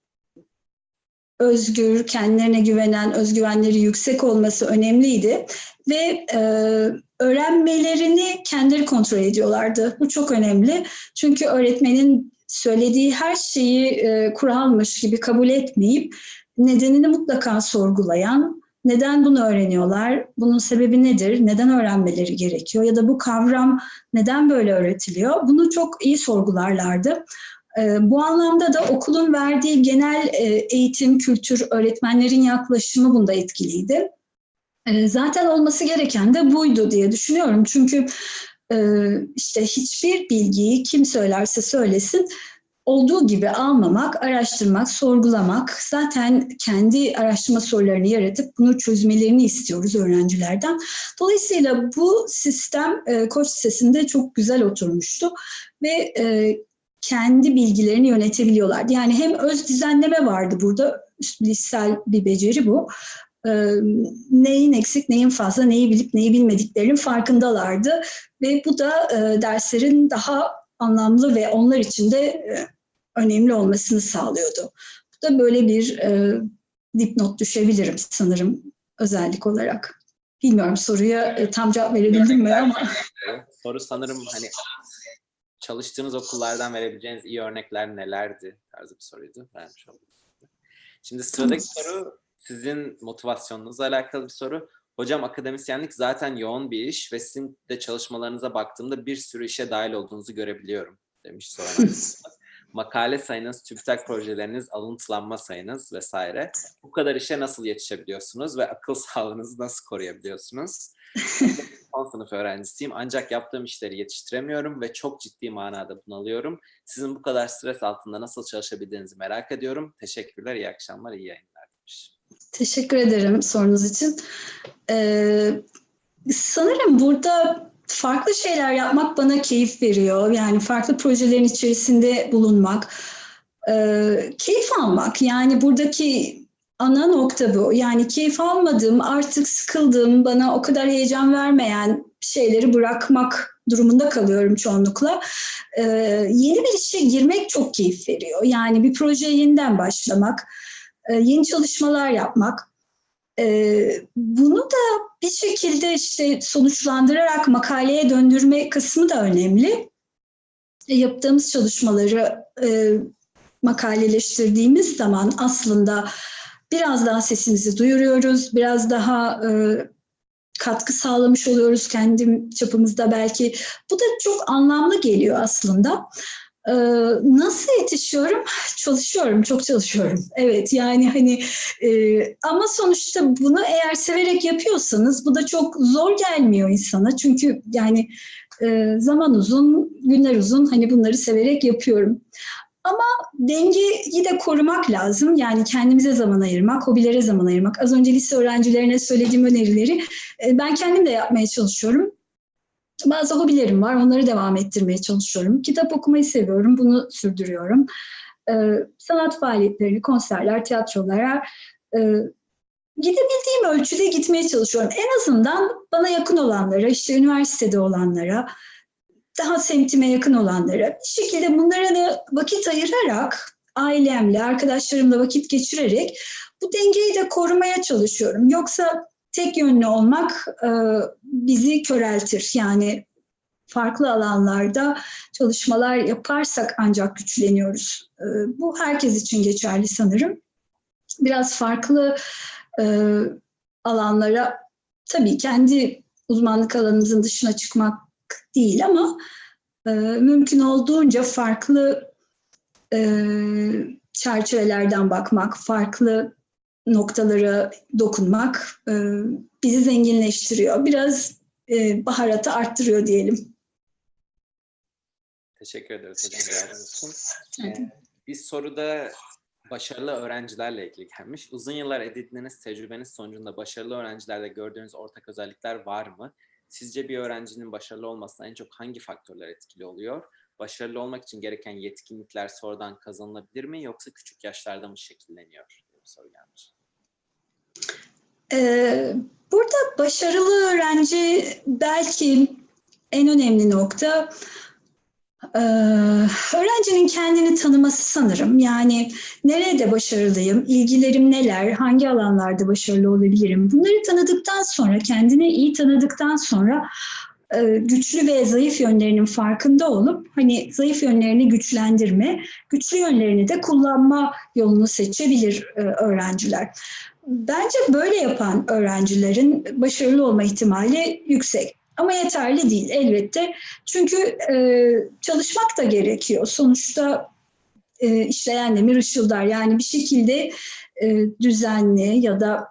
özgür, kendilerine güvenen, özgüvenleri yüksek olması önemliydi ve öğrenmelerini kendileri kontrol ediyorlardı. Bu çok önemli. Çünkü öğretmenin söylediği her şeyi kuralmış gibi kabul etmeyip nedenini mutlaka sorgulayan, neden bunu öğreniyorlar, bunun sebebi nedir, neden öğrenmeleri gerekiyor ya da bu kavram neden böyle öğretiliyor, bunu çok iyi sorgularlardı. Bu anlamda da okulun verdiği genel eğitim, kültür, öğretmenlerin yaklaşımı bunda etkiliydi. Zaten olması gereken de buydu diye düşünüyorum. Çünkü işte hiçbir bilgiyi kim söylerse söylesin olduğu gibi almamak, araştırmak, sorgulamak, zaten kendi araştırma sorularını yaratıp bunu çözmelerini istiyoruz öğrencilerden. Dolayısıyla bu sistem Koç Lisesi'nde çok güzel oturmuştu ve kendi bilgilerini yönetebiliyorlardı. Yani hem öz düzenleme vardı burada, bilişsel bir beceri bu. Neyin eksik, neyin fazla, neyi bilip neyi bilmediklerinin farkındalardı ve bu da derslerin daha anlamlı ve onlar için de önemli olmasını sağlıyordu. Bu da böyle bir dipnot düşebilirim sanırım özellik olarak. Bilmiyorum soruya tam cevap verebildim mi ama. Soru sanırım hani çalıştığınız okullardan verebileceğiniz iyi örnekler nelerdi tarzı bir soruydu. Vermiş oldum. Şimdi sıradaki soru sizin motivasyonunuzla alakalı bir soru. Hocam akademisyenlik zaten yoğun bir iş ve sizin de çalışmalarınıza baktığımda bir sürü işe dahil olduğunuzu görebiliyorum demiş soran arkadaşımız. Makale sayınız, TÜBİTAK projeleriniz, alıntılanma sayınız vesaire. Bu kadar işe nasıl yetişebiliyorsunuz ve akıl sağlığınızı nasıl koruyabiliyorsunuz? Son sınıf öğrencisiyim ancak yaptığım işleri yetiştiremiyorum ve çok ciddi manada bunalıyorum. Sizin bu kadar stres altında nasıl çalışabildiğinizi merak ediyorum. Teşekkürler, iyi akşamlar, iyi yayınlar demiş. Teşekkür ederim sorunuz için. Sanırım burada farklı şeyler yapmak bana keyif veriyor. Yani farklı projelerin içerisinde bulunmak, keyif almak. Yani buradaki ana nokta bu. Yani keyif almadığım, artık sıkıldığım, bana o kadar heyecan vermeyen şeyleri bırakmak durumunda kalıyorum çoğunlukla. Yeni bir işe girmek çok keyif veriyor. Yani bir projeye yeniden başlamak, yeni çalışmalar yapmak. Bunu da bir şekilde işte sonuçlandırarak makaleye döndürme kısmı da önemli. Yaptığımız çalışmaları makaleleştirdiğimiz zaman aslında biraz daha sesimizi duyuruyoruz, biraz daha katkı sağlamış oluyoruz kendi çapımızda belki. Bu da çok anlamlı geliyor aslında. Nasıl yetişiyorum? Çalışıyorum, çok çalışıyorum. Evet, yani hani ama sonuçta bunu eğer severek yapıyorsanız bu da çok zor gelmiyor insana. Çünkü yani zaman uzun, günler uzun, hani bunları severek yapıyorum. Ama dengeyi de korumak lazım. Yani kendimize zaman ayırmak, hobilere zaman ayırmak. Az önce lise öğrencilerine söylediğim önerileri ben kendim de yapmaya çalışıyorum. Bazı hobilerim var, onları devam ettirmeye çalışıyorum. Kitap okumayı seviyorum, bunu sürdürüyorum. Sanat faaliyetleri, konserler, tiyatrolara gidebildiğim ölçüde gitmeye çalışıyorum. En azından bana yakın olanlara, işte üniversitede olanlara, daha semtime yakın olanlara bir şekilde bunlara da vakit ayırarak, ailemle, arkadaşlarımla vakit geçirerek bu dengeyi de korumaya çalışıyorum. Yoksa tek yönlü olmak bizi köreltir. Yani farklı alanlarda çalışmalar yaparsak ancak güçleniyoruz. Bu herkes için geçerli sanırım. Biraz farklı alanlara, tabii kendi uzmanlık alanımızın dışına çıkmak değil ama mümkün olduğunca farklı çerçevelerden bakmak, farklı noktalara dokunmak bizi zenginleştiriyor. Biraz baharatı arttırıyor diyelim. Teşekkür ederiz hocam cevabınız için. Bir soruda başarılı öğrencilerle ilgili gelmiş. Uzun yıllar edindiğiniz tecrübeniz sonucunda başarılı öğrencilerde gördüğünüz ortak özellikler var mı? Sizce bir öğrencinin başarılı olmasına en çok hangi faktörler etkili oluyor? Başarılı olmak için gereken yetkinlikler sonradan kazanılabilir mi yoksa küçük yaşlarda mı şekilleniyor? Diye bir soru gelmiş. Burada başarılı öğrenci belki en önemli nokta öğrencinin kendini tanıması sanırım. Yani nerede başarılıyım, ilgilerim neler, hangi alanlarda başarılı olabilirim? Bunları tanıdıktan sonra, kendini iyi tanıdıktan sonra güçlü ve zayıf yönlerinin farkında olup hani zayıf yönlerini güçlendirme, güçlü yönlerini de kullanma yolunu seçebilir öğrenciler. Bence böyle yapan öğrencilerin başarılı olma ihtimali yüksek. Ama yeterli değil elbette. Çünkü çalışmak da gerekiyor. Sonuçta işleyen demir ışıldar. Yani bir şekilde düzenli ya da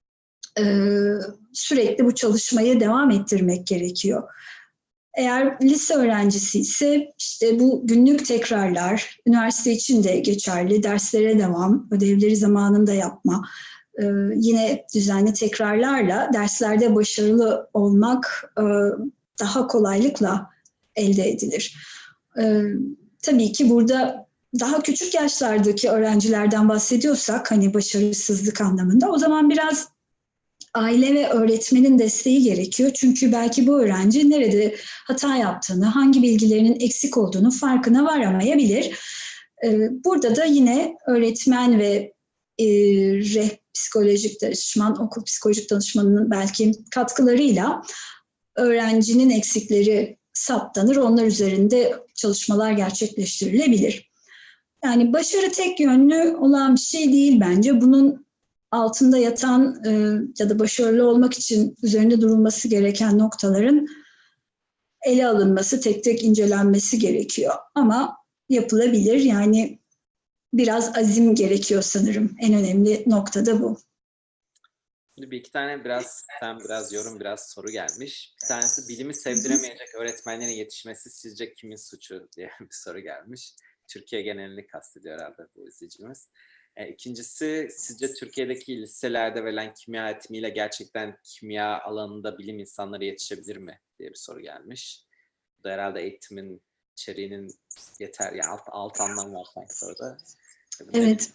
sürekli bu çalışmayı devam ettirmek gerekiyor. Eğer lise öğrencisi ise işte bu günlük tekrarlar, üniversite için de geçerli, derslere devam, ödevleri zamanında yapma, yine düzenli tekrarlarla derslerde başarılı olmak daha kolaylıkla elde edilir. Tabii ki burada daha küçük yaşlardaki öğrencilerden bahsediyorsak hani başarısızlık anlamında o zaman biraz aile ve öğretmenin desteği gerekiyor. Çünkü belki bu öğrenci nerede hata yaptığını, hangi bilgilerinin eksik olduğunu farkına varamayabilir. Burada da yine öğretmen ve psikolojik danışman, okul psikolojik danışmanının belki katkılarıyla öğrencinin eksikleri saptanır, onlar üzerinde çalışmalar gerçekleştirilebilir. Yani başarı tek yönlü olan bir şey değil bence. Bunun altında yatan ya da başarılı olmak için üzerinde durulması gereken noktaların ele alınması, tek tek incelenmesi gerekiyor. Ama yapılabilir. Yani biraz azim gerekiyor sanırım. En önemli nokta da bu. Şimdi bir iki tane biraz yorum, biraz soru gelmiş. Bir tanesi bilimi sevdiremeyecek öğretmenlerin yetişmesi sizce kimin suçu diye bir soru gelmiş. Türkiye genelini kastediyor herhalde bu izleyicimiz. İkincisi sizce Türkiye'deki liselerde verilen kimya eğitimiyle gerçekten kimya alanında bilim insanları yetişebilir mi diye bir soru gelmiş. Bu da herhalde eğitimin içeriğinin yeter, yani alt anlam var sanki soruda. Evet.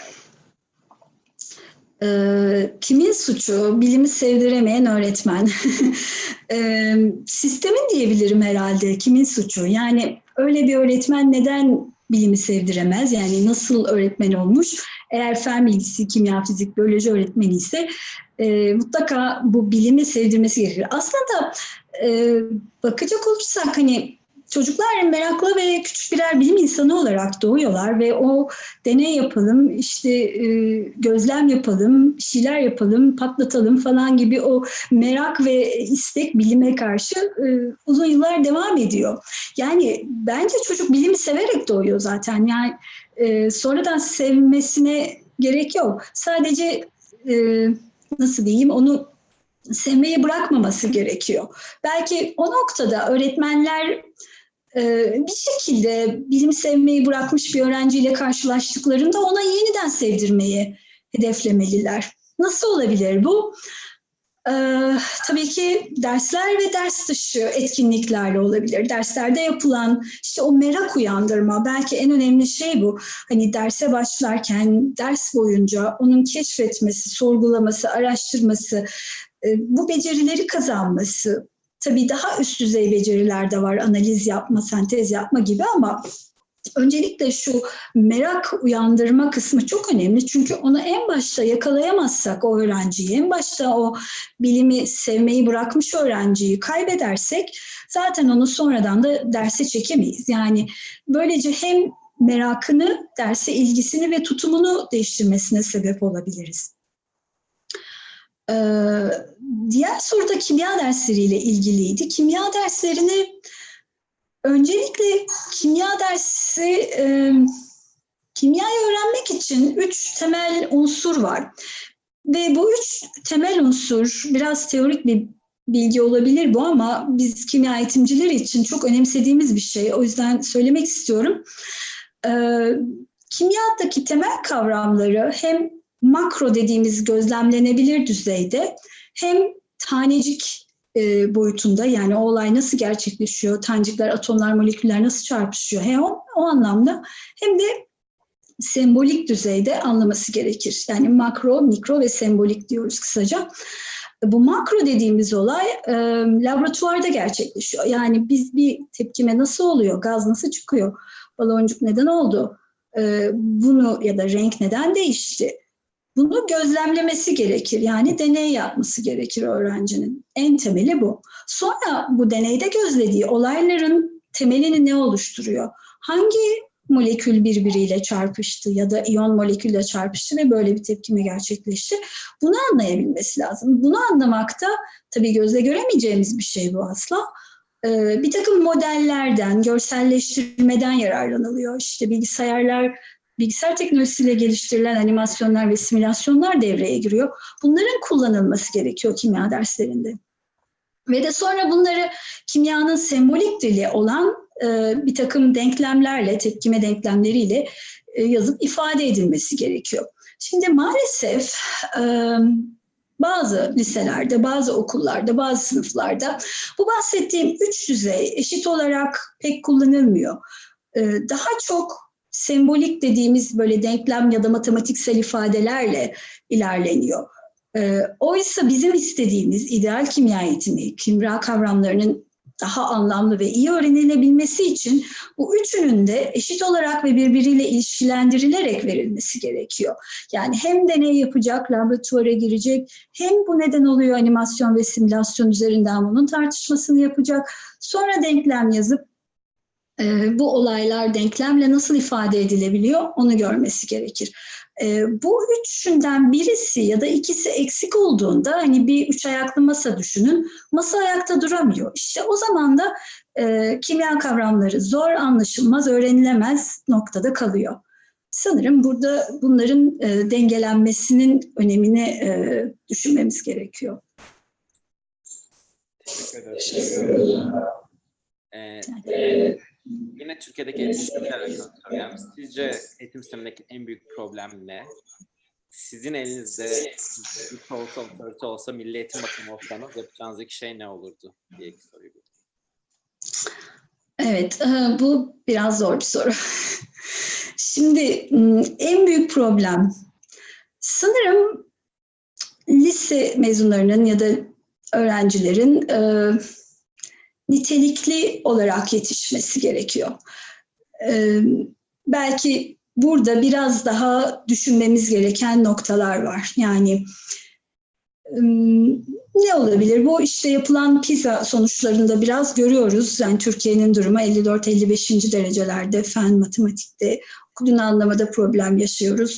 Kimin suçu? Bilimi sevdiremeyen öğretmen. Sistemin diyebilirim herhalde. Kimin suçu? Yani öyle bir öğretmen neden bilimi sevdiremez? Yani nasıl öğretmen olmuş? Eğer fen bilgisi, kimya, fizik, biyoloji öğretmeni ise mutlaka bu bilimi sevdirmesi gerekir. Aslında bakacak olursak hani çocuklar meraklı ve küçük birer bilim insanı olarak doğuyorlar ve o deney yapalım, işte gözlem yapalım, bir şeyler yapalım, patlatalım falan gibi o merak ve istek bilime karşı uzun yıllar devam ediyor. Yani bence çocuk bilimi severek doğuyor zaten. Yani sonradan sevmesine gerek yok. Sadece nasıl diyeyim onu sevmeyi bırakmaması gerekiyor. Belki o noktada öğretmenler bir şekilde bilim sevmeyi bırakmış bir öğrenciyle karşılaştıklarında ona yeniden sevdirmeyi hedeflemeliler. Nasıl olabilir bu? Tabii ki dersler ve ders dışı etkinliklerle olabilir. Derslerde yapılan işte o merak uyandırma, belki en önemli şey bu. Hani derse başlarken ders boyunca onun keşfetmesi, sorgulaması, araştırması, bu becerileri kazanması. Tabii daha üst düzey beceriler de var, analiz yapma, sentez yapma gibi, ama öncelikle şu merak uyandırma kısmı çok önemli. Çünkü onu en başta yakalayamazsak o öğrenciyi, en başta o bilimi sevmeyi bırakmış öğrenciyi kaybedersek zaten onu sonradan da derse çekemeyiz. Yani böylece hem merakını, derse ilgisini ve tutumunu değiştirmesine sebep olabiliriz. Diğer soruda kimya dersleriyle ilgiliydi. Kimya derslerini öncelikle kimyayı öğrenmek için 3 temel unsur var. Ve bu 3 temel unsur biraz teorik bir bilgi olabilir bu, ama biz kimya eğitimcileri için çok önemsediğimiz bir şey. O yüzden söylemek istiyorum. Kimyadaki temel kavramları hem makro dediğimiz gözlemlenebilir düzeyde hem tanecik boyutunda, yani o olay nasıl gerçekleşiyor, tanecikler, atomlar, moleküller nasıl çarpışıyor, hem o anlamda hem de sembolik düzeyde anlaması gerekir. Yani makro, mikro ve sembolik diyoruz kısaca. Bu makro dediğimiz olay laboratuvarda gerçekleşiyor. Yani biz bir tepkime nasıl oluyor, gaz nasıl çıkıyor, baloncuk neden oldu, bunu ya da renk neden değişti? Bunu gözlemlemesi gerekir. Yani deney yapması gerekir öğrencinin. En temeli bu. Sonra bu deneyde gözlediği olayların temelini ne oluşturuyor? Hangi molekül birbiriyle çarpıştı ya da iyon molekülle çarpıştı ve böyle bir tepkime gerçekleşti? Bunu anlayabilmesi lazım. Bunu anlamakta tabii gözle göremeyeceğimiz bir şey bu asla. Bir takım modellerden, görselleştirmeden yararlanılıyor. İşte bilgisayar teknolojisiyle geliştirilen animasyonlar ve simülasyonlar devreye giriyor. Bunların kullanılması gerekiyor kimya derslerinde. Ve de sonra bunları kimyanın sembolik dili olan bir takım denklemlerle, tepkime denklemleriyle yazıp ifade edilmesi gerekiyor. Şimdi maalesef bazı liselerde, bazı okullarda, bazı sınıflarda bu bahsettiğim 3 düzey eşit olarak pek kullanılmıyor. Daha çok sembolik dediğimiz böyle denklem ya da matematiksel ifadelerle ilerleniyor. Oysa bizim istediğimiz ideal kimya eğitimi, kimya kavramlarının daha anlamlı ve iyi öğrenilebilmesi için bu üçünün de eşit olarak ve birbiriyle ilişkilendirilerek verilmesi gerekiyor. Yani hem deney yapacak, laboratuvara girecek, hem bu neden oluyor animasyon ve simülasyon üzerinden bunun tartışmasını yapacak, sonra denklem yazıp bu olaylar denklemle nasıl ifade edilebiliyor onu görmesi gerekir. Bu üçünden birisi ya da ikisi eksik olduğunda, hani bir 3 ayaklı masa düşünün, masa ayakta duramıyor. İşte o zaman da kimya kavramları zor, anlaşılmaz, öğrenilemez noktada kalıyor. Sanırım burada bunların dengelenmesinin önemini düşünmemiz gerekiyor. Teşekkür ederim. Yine Türkiye'deki eğitim sistemiyle alakalı soruyorum. Sizce eğitim sistemindeki en büyük problem ne? Sizin elinizde bir olsa, otorite olsa, Milli Eğitim Bakanı olsanız yapacağınız ilk şey ne olurdu diye ilk soruyu. Evet, bu biraz zor bir soru. Şimdi en büyük problem sanırım lise mezunlarının ya da öğrencilerin nitelikli olarak yetişmesi gerekiyor. Belki burada biraz daha düşünmemiz gereken noktalar var. Yani ne olabilir? Bu işte yapılan PISA sonuçlarında biraz görüyoruz. Yani Türkiye'nin durumu 54-55. derecelerde, fen, matematikte, okudun anlamada problem yaşıyoruz.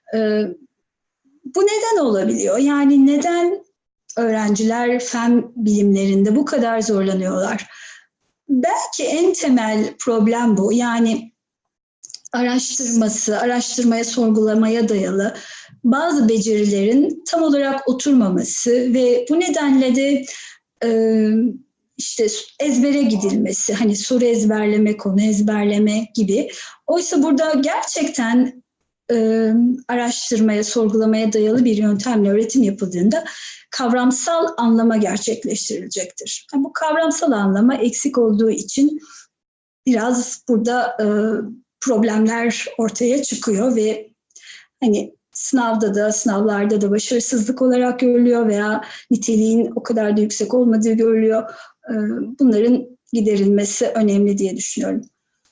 Bu neden olabiliyor? Yani neden öğrenciler fen bilimlerinde bu kadar zorlanıyorlar? Belki en temel problem bu. Yani araştırmaya, sorgulamaya dayalı bazı becerilerin tam olarak oturmaması ve bu nedenle de işte ezbere gidilmesi, hani soru ezberleme, konu ezberleme gibi. Oysa burada gerçekten araştırmaya, sorgulamaya dayalı bir yöntemle öğretim yapıldığında kavramsal anlama gerçekleştirilecektir. Yani bu kavramsal anlama eksik olduğu için biraz burada problemler ortaya çıkıyor ve hani sınavlarda da başarısızlık olarak görülüyor veya niteliğin o kadar da yüksek olmadığı görülüyor. Bunların giderilmesi önemli diye düşünüyorum.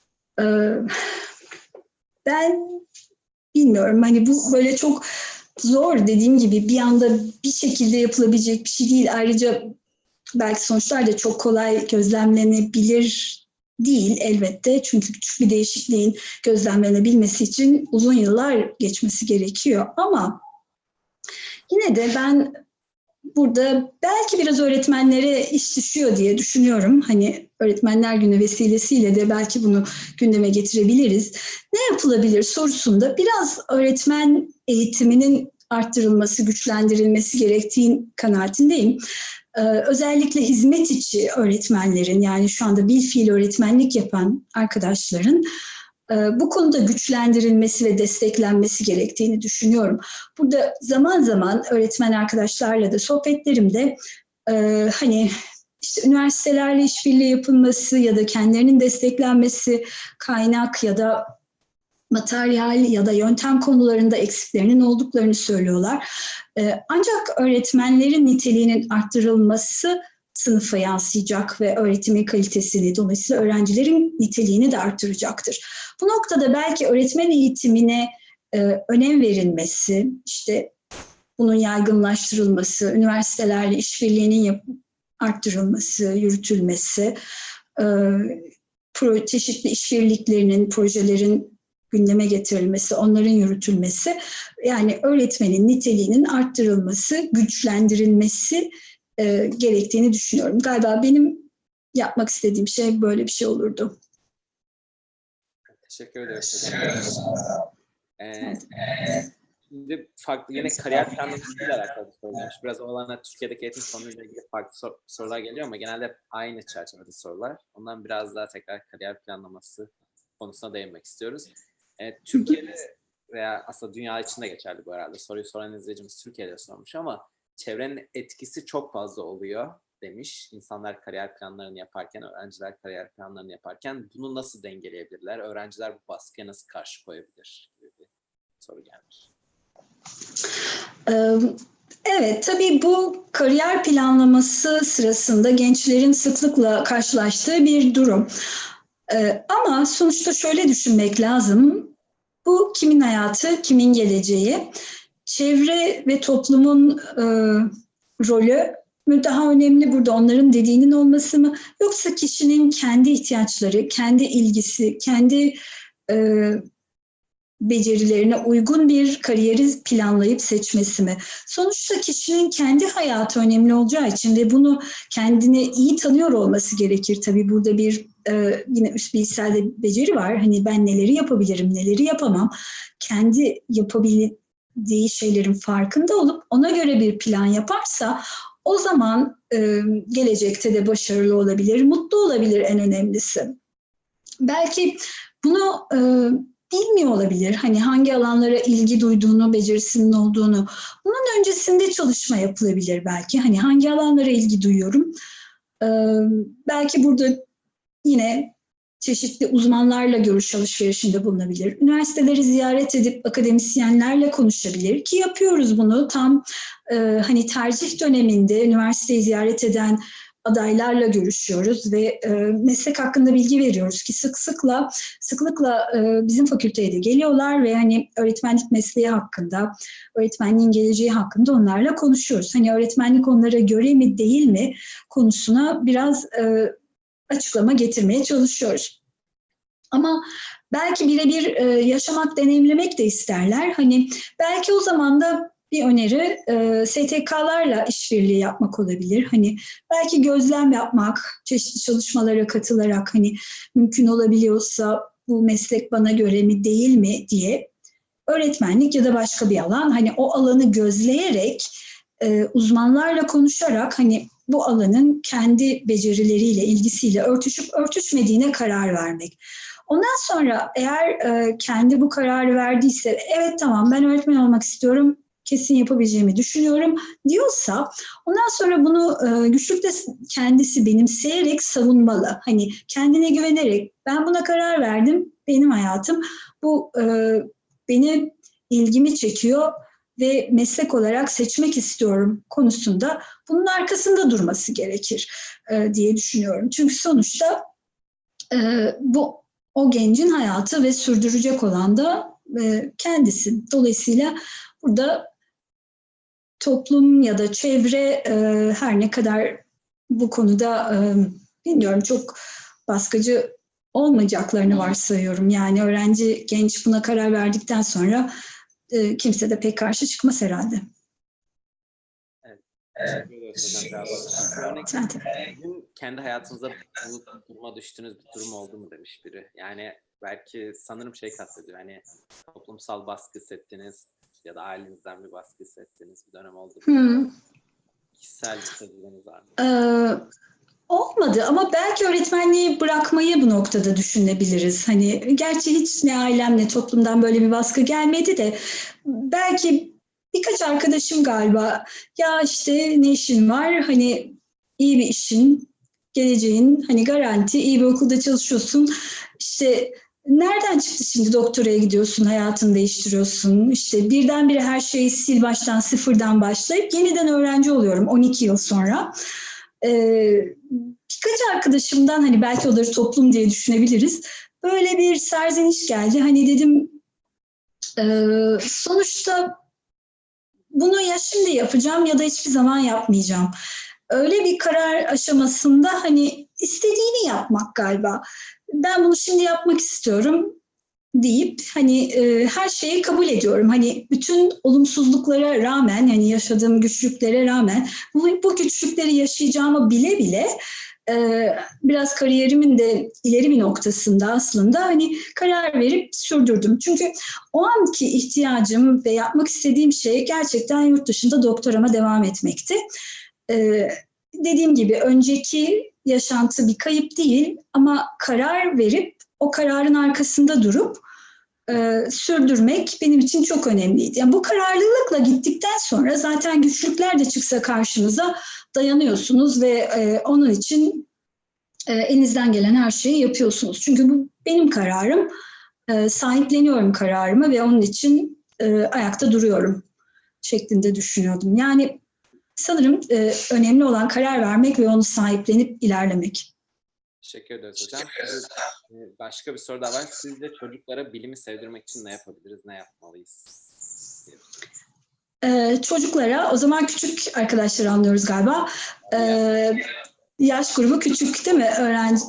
Ben bilmiyorum, hani bu böyle çok zor, dediğim gibi bir anda bir şekilde yapılabilecek bir şey değil. Ayrıca belki sonuçlar da çok kolay gözlemlenebilir değil elbette. Çünkü küçük bir değişikliğin gözlemlenebilmesi için uzun yıllar geçmesi gerekiyor. Ama yine de ben burada belki biraz öğretmenlere iş düşüyor diye düşünüyorum. Hani Öğretmenler Günü vesilesiyle de belki bunu gündeme getirebiliriz. Ne yapılabilir sorusunda biraz öğretmen eğitiminin arttırılması, güçlendirilmesi gerektiği kanaatindeyim. Özellikle hizmet içi öğretmenlerin, yani şu anda bilfiil öğretmenlik yapan arkadaşların bu konuda güçlendirilmesi ve desteklenmesi gerektiğini düşünüyorum. Burada zaman zaman öğretmen arkadaşlarla da sohbetlerimde hani işte üniversitelerle işbirliği yapılması ya da kendilerinin desteklenmesi, kaynak ya da materyal ya da yöntem konularında eksiklerinin olduklarını söylüyorlar. Ancak öğretmenlerin niteliğinin arttırılması sınıfa yansıyacak ve öğretimin kalitesini, dolayısıyla öğrencilerin niteliğini de arttıracaktır. Bu noktada belki öğretmen eğitimine önem verilmesi, işte bunun yaygınlaştırılması, üniversitelerle işbirliğinin arttırılması, yürütülmesi, çeşitli işbirliklerinin, projelerin gündeme getirilmesi, onların yürütülmesi, yani öğretmenin niteliğinin arttırılması, güçlendirilmesi gerektiğini düşünüyorum. Galiba benim yapmak istediğim şey böyle bir şey olurdu. Teşekkür ederim. Şimdi farklı, yine kariyer planlamasıyla alakalı bir soru gelmiş. Biraz o alana Türkiye'deki eğitim sorunuyla ilgili farklı sorular geliyor ama genelde aynı çerçevede sorular. Ondan biraz daha tekrar kariyer planlaması konusuna değinmek istiyoruz. Türkiye'de veya aslında dünya içinde geçerli bu herhalde. Soruyu soran izleyicimiz Türkiye'de sormuş ama çevrenin etkisi çok fazla oluyor demiş. İnsanlar kariyer planlarını yaparken, öğrenciler kariyer planlarını yaparken bunu nasıl dengeleyebilirler? Öğrenciler bu baskıya nasıl karşı koyabilir gibi bir soru gelmiş. Evet, tabii bu kariyer planlaması sırasında gençlerin sıklıkla karşılaştığı bir durum. Ama sonuçta şöyle düşünmek lazım. Bu kimin hayatı, kimin geleceği. Çevre ve toplumun rolü mü daha önemli burada, onların dediğinin olması mı? Yoksa kişinin kendi ihtiyaçları, kendi ilgisi, kendi becerilerine uygun bir kariyeri planlayıp seçmesi mi? Sonuçta kişinin kendi hayatı önemli olacağı için ve bunu kendini iyi tanıyor olması gerekir. Tabii burada bir yine üst bilişsel de beceri var. Hani ben neleri yapabilirim, neleri yapamam. Kendi yapabildiği şeylerin farkında olup ona göre bir plan yaparsa o zaman gelecekte de başarılı olabilir, mutlu olabilir en önemlisi. Belki bunu bilmiyor olabilir. Hani hangi alanlara ilgi duyduğunu, becerisinin olduğunu. Bunun öncesinde çalışma yapılabilir belki. Hani hangi alanlara ilgi duyuyorum? Belki burada yine çeşitli uzmanlarla görüş alışverişinde bulunabilir. Üniversiteleri ziyaret edip akademisyenlerle konuşabilir ki yapıyoruz bunu. Tam hani tercih döneminde üniversiteyi ziyaret eden adaylarla görüşüyoruz ve meslek hakkında bilgi veriyoruz ki sıklıkla bizim fakülteye de geliyorlar ve hani öğretmenlik mesleği hakkında, öğretmenliğin geleceği hakkında onlarla konuşuyoruz. Hani öğretmenlik onlara göre mi değil mi konusuna biraz açıklama getirmeye çalışıyoruz. Ama belki birebir yaşamak, deneyimlemek de isterler. Hani belki o zaman da bir öneri STK'larla işbirliği yapmak olabilir. Hani belki gözlem yapmak, çeşitli çalışmalara katılarak hani mümkün olabiliyorsa bu meslek bana göre mi değil mi diye öğretmenlik ya da başka bir alan, hani o alanı gözleyerek uzmanlarla konuşarak hani bu alanın kendi becerileriyle, ilgisiyle örtüşüp örtüşmediğine karar vermek. Ondan sonra eğer kendi bu kararı verdiyse, evet tamam ben öğretmen olmak istiyorum, kesin yapabileceğimi düşünüyorum diyorsa, ondan sonra bunu güçlükle kendisi benimseyerek savunmalı. Hani kendine güvenerek, ben buna karar verdim, benim hayatım, bu beni ilgimi çekiyor ve meslek olarak seçmek istiyorum konusunda bunun arkasında durması gerekir diye düşünüyorum. Çünkü sonuçta bu o gencin hayatı ve sürdürecek olan da kendisi. Dolayısıyla burada toplum ya da çevre her ne kadar bu konuda bilmiyorum çok baskıcı olmayacaklarını varsayıyorum. Yani öğrenci, genç buna karar verdikten sonra kimse de pek karşı çıkmaz herhalde. Evet. Teşekkür ederiz hocam cevabınız için. Bir örnek, Zaten. sizin kendi hayatınızda bu duruma düştüğünüz bir durum oldu mu demiş biri. Yani belki sanırım şey kastediyor. Hani toplumsal baskı hissettiniz ya da ailenizden bir baskı hissettiğiniz bir dönem oldu mu? Kişisel bir tecrübeniz var mı? Olmadı ama belki öğretmenliği bırakmayı bu noktada düşünebiliriz. Hani gerçi hiç ne ailem ne toplumdan böyle bir baskı gelmedi de belki birkaç arkadaşım galiba ya işte ne işin var, hani iyi bir işin, geleceğin hani garanti, iyi bir okulda çalışıyorsun, işte nereden çıktı şimdi doktoraya gidiyorsun, hayatını değiştiriyorsun, işte birdenbire her şeyi sil baştan, sıfırdan başlayıp yeniden öğrenci oluyorum 12 yıl sonra. Birkaç arkadaşımdan, hani belki onları toplum diye düşünebiliriz, böyle bir serzeniş geldi. Hani dedim sonuçta bunu ya şimdi yapacağım ya da hiçbir zaman yapmayacağım. Öyle bir karar aşamasında hani istediğini yapmak galiba. Ben bunu şimdi yapmak istiyorum deyip hani her şeyi kabul ediyorum. Hani bütün olumsuzluklara rağmen, hani yaşadığım güçlüklere rağmen bu güçlükleri yaşayacağımı bile bile biraz kariyerimin de ileri bir noktasında aslında hani karar verip sürdürdüm. Çünkü o anki ihtiyacım ve yapmak istediğim şey gerçekten yurt dışında doktorama devam etmekti. Dediğim gibi önceki yaşantı bir kayıp değil ama karar verip o kararın arkasında durup sürdürmek benim için çok önemliydi. Yani bu kararlılıkla gittikten sonra zaten güçlükler de çıksa karşınıza dayanıyorsunuz ve onun için elinizden gelen her şeyi yapıyorsunuz. Çünkü bu benim kararım, sahipleniyorum kararımı ve onun için ayakta duruyorum şeklinde düşünüyordum. Yani sanırım önemli olan karar vermek ve onu sahiplenip ilerlemek. Teşekkür ederiz hocam. Başka bir soru daha var. Sizce çocuklara bilimi sevdirmek için ne yapabiliriz, ne yapmalıyız? Çocuklara, o zaman küçük arkadaşları anlıyoruz galiba. Yaş grubu küçük değil mi? Öğrenci.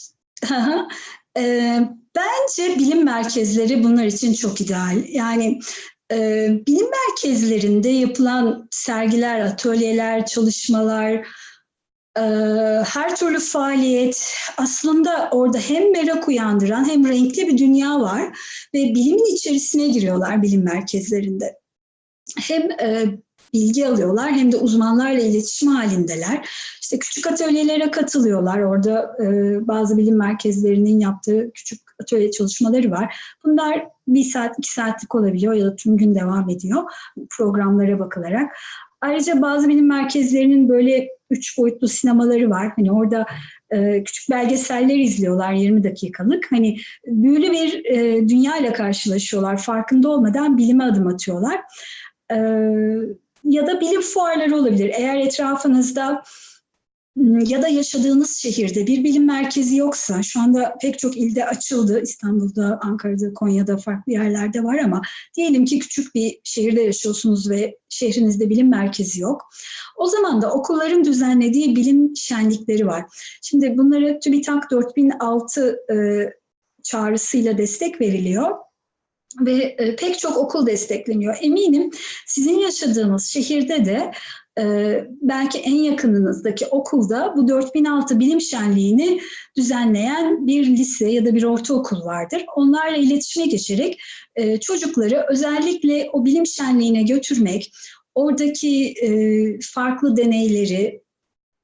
Bence bilim merkezleri bunlar için çok ideal. Yani bilim merkezlerinde yapılan sergiler, atölyeler, çalışmalar, her türlü faaliyet aslında orada hem merak uyandıran hem renkli bir dünya var ve bilimin içerisine giriyorlar bilim merkezlerinde. Hem bilgi alıyorlar hem de uzmanlarla iletişim halindeler. İşte küçük atölyelere katılıyorlar. Orada bazı bilim merkezlerinin yaptığı küçük atölye çalışmaları var. Bunlar 1 saat, 2 saatlik olabiliyor ya da tüm gün devam ediyor programlara bakılarak. Ayrıca bazı bilim merkezlerinin böyle 3 boyutlu sinemaları var. Hani orada küçük belgeseller izliyorlar 20 dakikalık. Hani büyülü bir dünya ile karşılaşıyorlar. Farkında olmadan bilime adım atıyorlar. Ya da bilim fuarları olabilir. Eğer etrafınızda ya da yaşadığınız şehirde bir bilim merkezi yoksa, şu anda pek çok ilde açıldı, İstanbul'da, Ankara'da, Konya'da, farklı yerlerde var ama diyelim ki küçük bir şehirde yaşıyorsunuz ve şehrinizde bilim merkezi yok. O zaman da okulların düzenlediği bilim şenlikleri var. Şimdi bunlara TÜBİTAK 4006 çağrısıyla destek veriliyor. Ve pek çok okul destekleniyor. Eminim sizin yaşadığınız şehirde de belki en yakınınızdaki okulda bu 4006 bilim şenliğini düzenleyen bir lise ya da bir ortaokul vardır. Onlarla iletişime geçerek çocukları özellikle o bilim şenliğine götürmek, oradaki farklı deneyleri,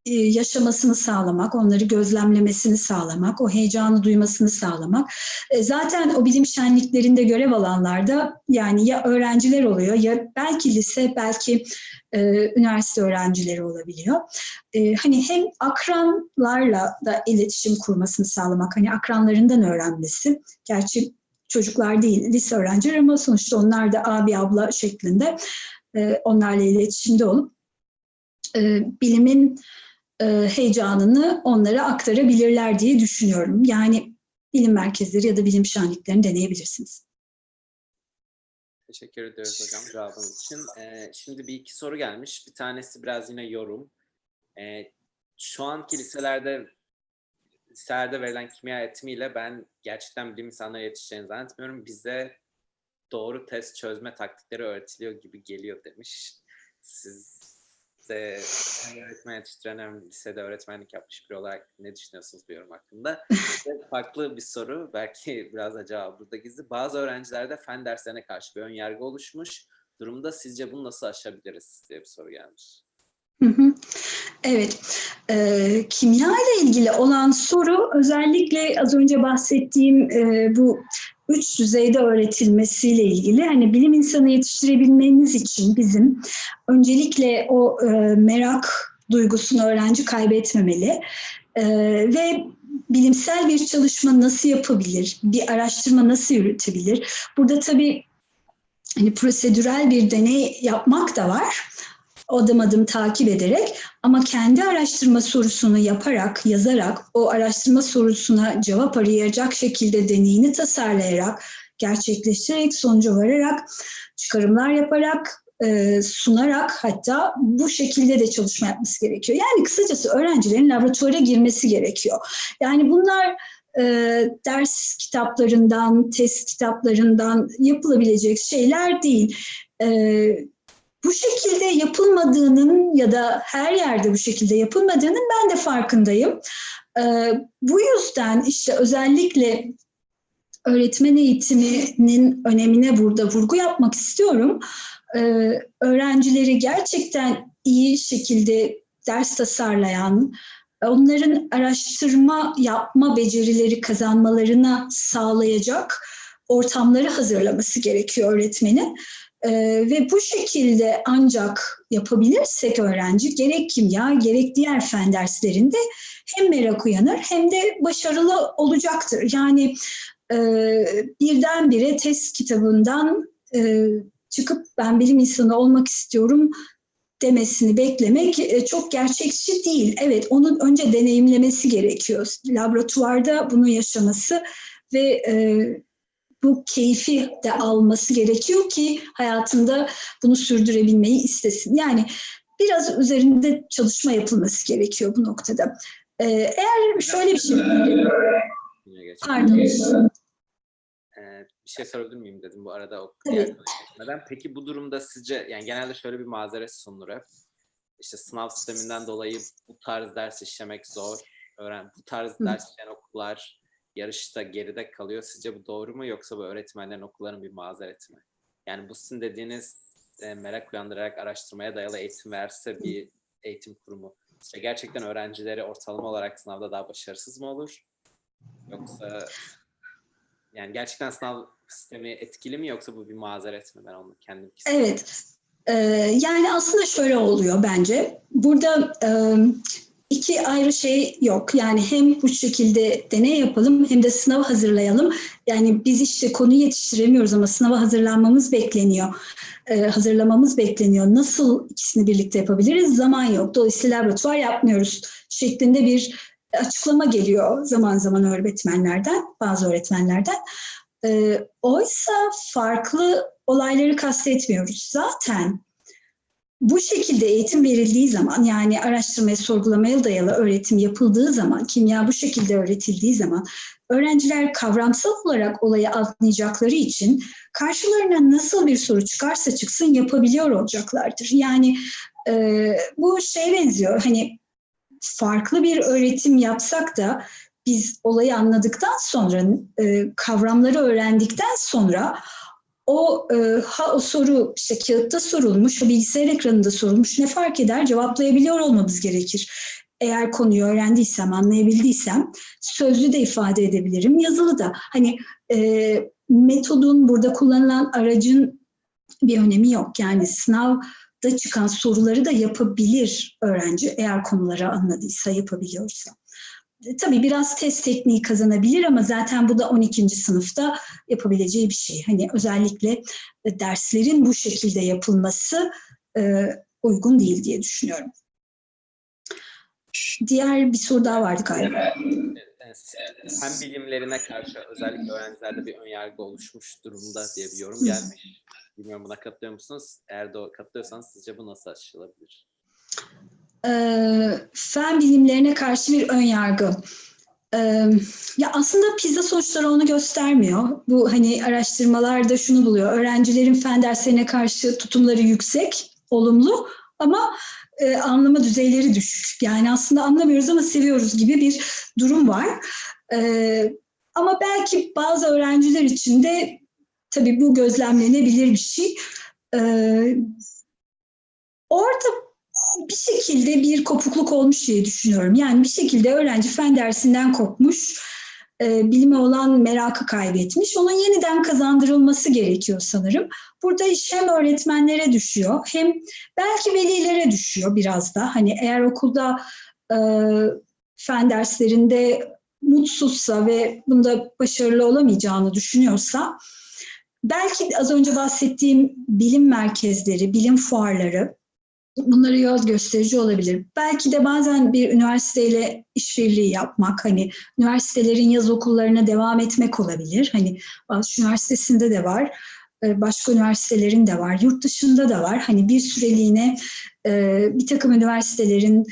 yaşamasını sağlamak, onları gözlemlemesini sağlamak, o heyecanı duymasını sağlamak. Zaten o bilim şenliklerinde görev alanlarda yani ya öğrenciler oluyor ya belki lise, belki üniversite öğrencileri olabiliyor. Hani hem akranlarla da iletişim kurmasını sağlamak, hani akranlarından öğrenmesi. Gerçi çocuklar değil, lise öğrencileri ama sonuçta onlar da abi abla şeklinde onlarla iletişimde olup bilimin heyecanını onlara aktarabilirler diye düşünüyorum. Yani bilim merkezleri ya da bilim şenliklerini deneyebilirsiniz. Teşekkür ediyoruz hocam cevabınız için. Şimdi bir iki soru gelmiş. Bir tanesi biraz yine yorum. Şu anki liselerde verilen kimya eğitimiyle ben gerçekten bilim insanları yetişeceğini zannetmiyorum. Bize doğru test çözme taktikleri öğretiliyor gibi geliyor demiş. Siz de öğretmen yetiştiren lisede öğretmenlik yapmış biri olarak ne düşünüyorsunuz bu yorum hakkında? Farklı bir soru, belki biraz da cevabı burada gizli. Bazı öğrencilerde fen derslerine karşı bir ön yargı oluşmuş durumda. Sizce bunu nasıl aşabiliriz diye bir soru gelmiş. Evet, kimya ile ilgili olan soru özellikle az önce bahsettiğim bu 3 düzeyde öğretilmesiyle ilgili. Hani bilim insanı yetiştirebilmemiz için bizim öncelikle o merak duygusunu öğrenci kaybetmemeli ve bilimsel bir çalışma nasıl yapabilir, bir araştırma nasıl yürütebilir? Burada tabii hani prosedürel bir deney yapmak da var. Adım adım takip ederek ama kendi araştırma sorusunu yaparak, yazarak, o araştırma sorusuna cevap arayacak şekilde deneyini tasarlayarak, gerçekleştirerek, sonuca vararak, çıkarımlar yaparak, sunarak hatta bu şekilde de çalışma yapması gerekiyor. Yani kısacası öğrencilerin laboratuvara girmesi gerekiyor. Yani bunlar ders kitaplarından, test kitaplarından yapılabilecek şeyler değil. Bu şekilde yapılmadığının ya da her yerde bu şekilde yapılmadığının ben de farkındayım. Bu yüzden işte özellikle öğretmen eğitiminin önemine burada vurgu yapmak istiyorum. Öğrencileri gerçekten iyi şekilde ders tasarlayan, onların araştırma yapma becerileri kazanmalarına sağlayacak ortamları hazırlaması gerekiyor öğretmenin. Ve bu şekilde ancak yapabilirsek öğrenci gerek kimya gerek diğer fen derslerinde hem merak uyanır hem de başarılı olacaktır. Yani birdenbire test kitabından çıkıp ben bilim insanı olmak istiyorum demesini beklemek çok gerçekçi değil. Evet, onun önce deneyimlemesi gerekiyor. Laboratuvarda bunu yaşaması ve bu keyfi de alması gerekiyor ki hayatında bunu sürdürebilmeyi istesin. Yani biraz üzerinde çalışma yapılması gerekiyor bu noktada. Eğer şöyle bir şey... Pardon. Bir şey sorabilir miyim dedim bu arada o diğer konuya geçmeden. Peki bu durumda sizce, yani genelde şöyle bir mazeret sunulur hep. İşte sınav sisteminden dolayı bu tarz ders işlemek zor. Bu tarz ders işleyen okullar yarışta geride kalıyor. Sizce bu doğru mu, yoksa bu öğretmenlerin, okulların bir mazereti mi? Yani bu sizin dediğiniz merak uyandırarak araştırmaya dayalı eğitim verse bir eğitim kurumu, işte gerçekten öğrencileri ortalama olarak sınavda daha başarısız mı olur? Yoksa yani gerçekten sınav sistemi etkili mi, yoksa bu bir mazeret mi? Ben onu kendim Evet. Yani aslında şöyle oluyor bence. Burada iki ayrı şey yok. Yani hem bu şekilde deney yapalım hem de sınav hazırlayalım. Yani biz işte konuyu yetiştiremiyoruz ama sınava hazırlanmamız bekleniyor. Hazırlamamız bekleniyor. Nasıl ikisini birlikte yapabiliriz? Zaman yok. Dolayısıyla laboratuvar yapmıyoruz şeklinde bir açıklama geliyor zaman zaman öğretmenlerden, bazı öğretmenlerden. Oysa farklı olayları kastetmiyoruz. Zaten bu şekilde eğitim verildiği zaman, yani araştırmaya, sorgulamaya dayalı öğretim yapıldığı zaman, kimya bu şekilde öğretildiği zaman öğrenciler kavramsal olarak olayı anlayacakları için karşılarına nasıl bir soru çıkarsa çıksın yapabiliyor olacaklardır. Yani bu şeye benziyor, hani farklı bir öğretim yapsak da biz olayı anladıktan sonra, kavramları öğrendikten sonra o soru işte kağıtta sorulmuş, bilgisayar ekranında sorulmuş, ne fark eder, cevaplayabiliyor olmamız gerekir. eğer konuyu öğrendiysem, anlayabildiysem sözlü de ifade edebilirim, yazılı da. Hani metodun, burada kullanılan aracın bir önemi yok. Yani sınavda çıkan soruları da yapabilir öğrenci, eğer konuları anladıysa, yapabiliyorsa. Tabii biraz test tekniği kazanabilir ama zaten bu da 12. sınıfta yapabileceği bir şey. Hani özellikle derslerin bu şekilde yapılması uygun değil diye düşünüyorum. Diğer bir soru daha vardı galiba. Fen bilimlerine karşı özellikle öğrencilerde bir önyargı oluşmuş durumda diye bir yorum gelmiş. Bilmiyorum, buna katılıyor musunuz? Eğer katılıyorsanız sizce bu nasıl aşılabilir? Fen bilimlerine karşı bir önyargı. Ya aslında PISA sonuçları onu göstermiyor. Bu hani araştırmalarda şunu buluyor. Öğrencilerin fen derslerine karşı tutumları yüksek, olumlu ama anlama düzeyleri düşük. Yani aslında anlamıyoruz ama seviyoruz gibi bir durum var. Ama belki bazı öğrenciler için de tabii bu gözlemlenebilir bir şey. Orada bir şekilde bir kopukluk olmuş diye düşünüyorum. Yani bir şekilde öğrenci fen dersinden kopmuş, bilime olan merakı kaybetmiş. Onun yeniden kazandırılması gerekiyor sanırım. Burada iş hem öğretmenlere düşüyor, hem belki velilere düşüyor biraz da. Hani eğer okulda fen derslerinde mutsuzsa ve bunda başarılı olamayacağını düşünüyorsa, belki az önce bahsettiğim bilim merkezleri, bilim fuarları, bunlara yol gösterici olabilir. Belki de bazen bir üniversiteyle işbirliği yapmak, hani üniversitelerin yaz okullarına devam etmek olabilir. Hani Boğaziçi Üniversitesi'nde de var, başka üniversitelerin de var, yurt dışında da var. Hani bir süreliğine bir takım üniversitelerin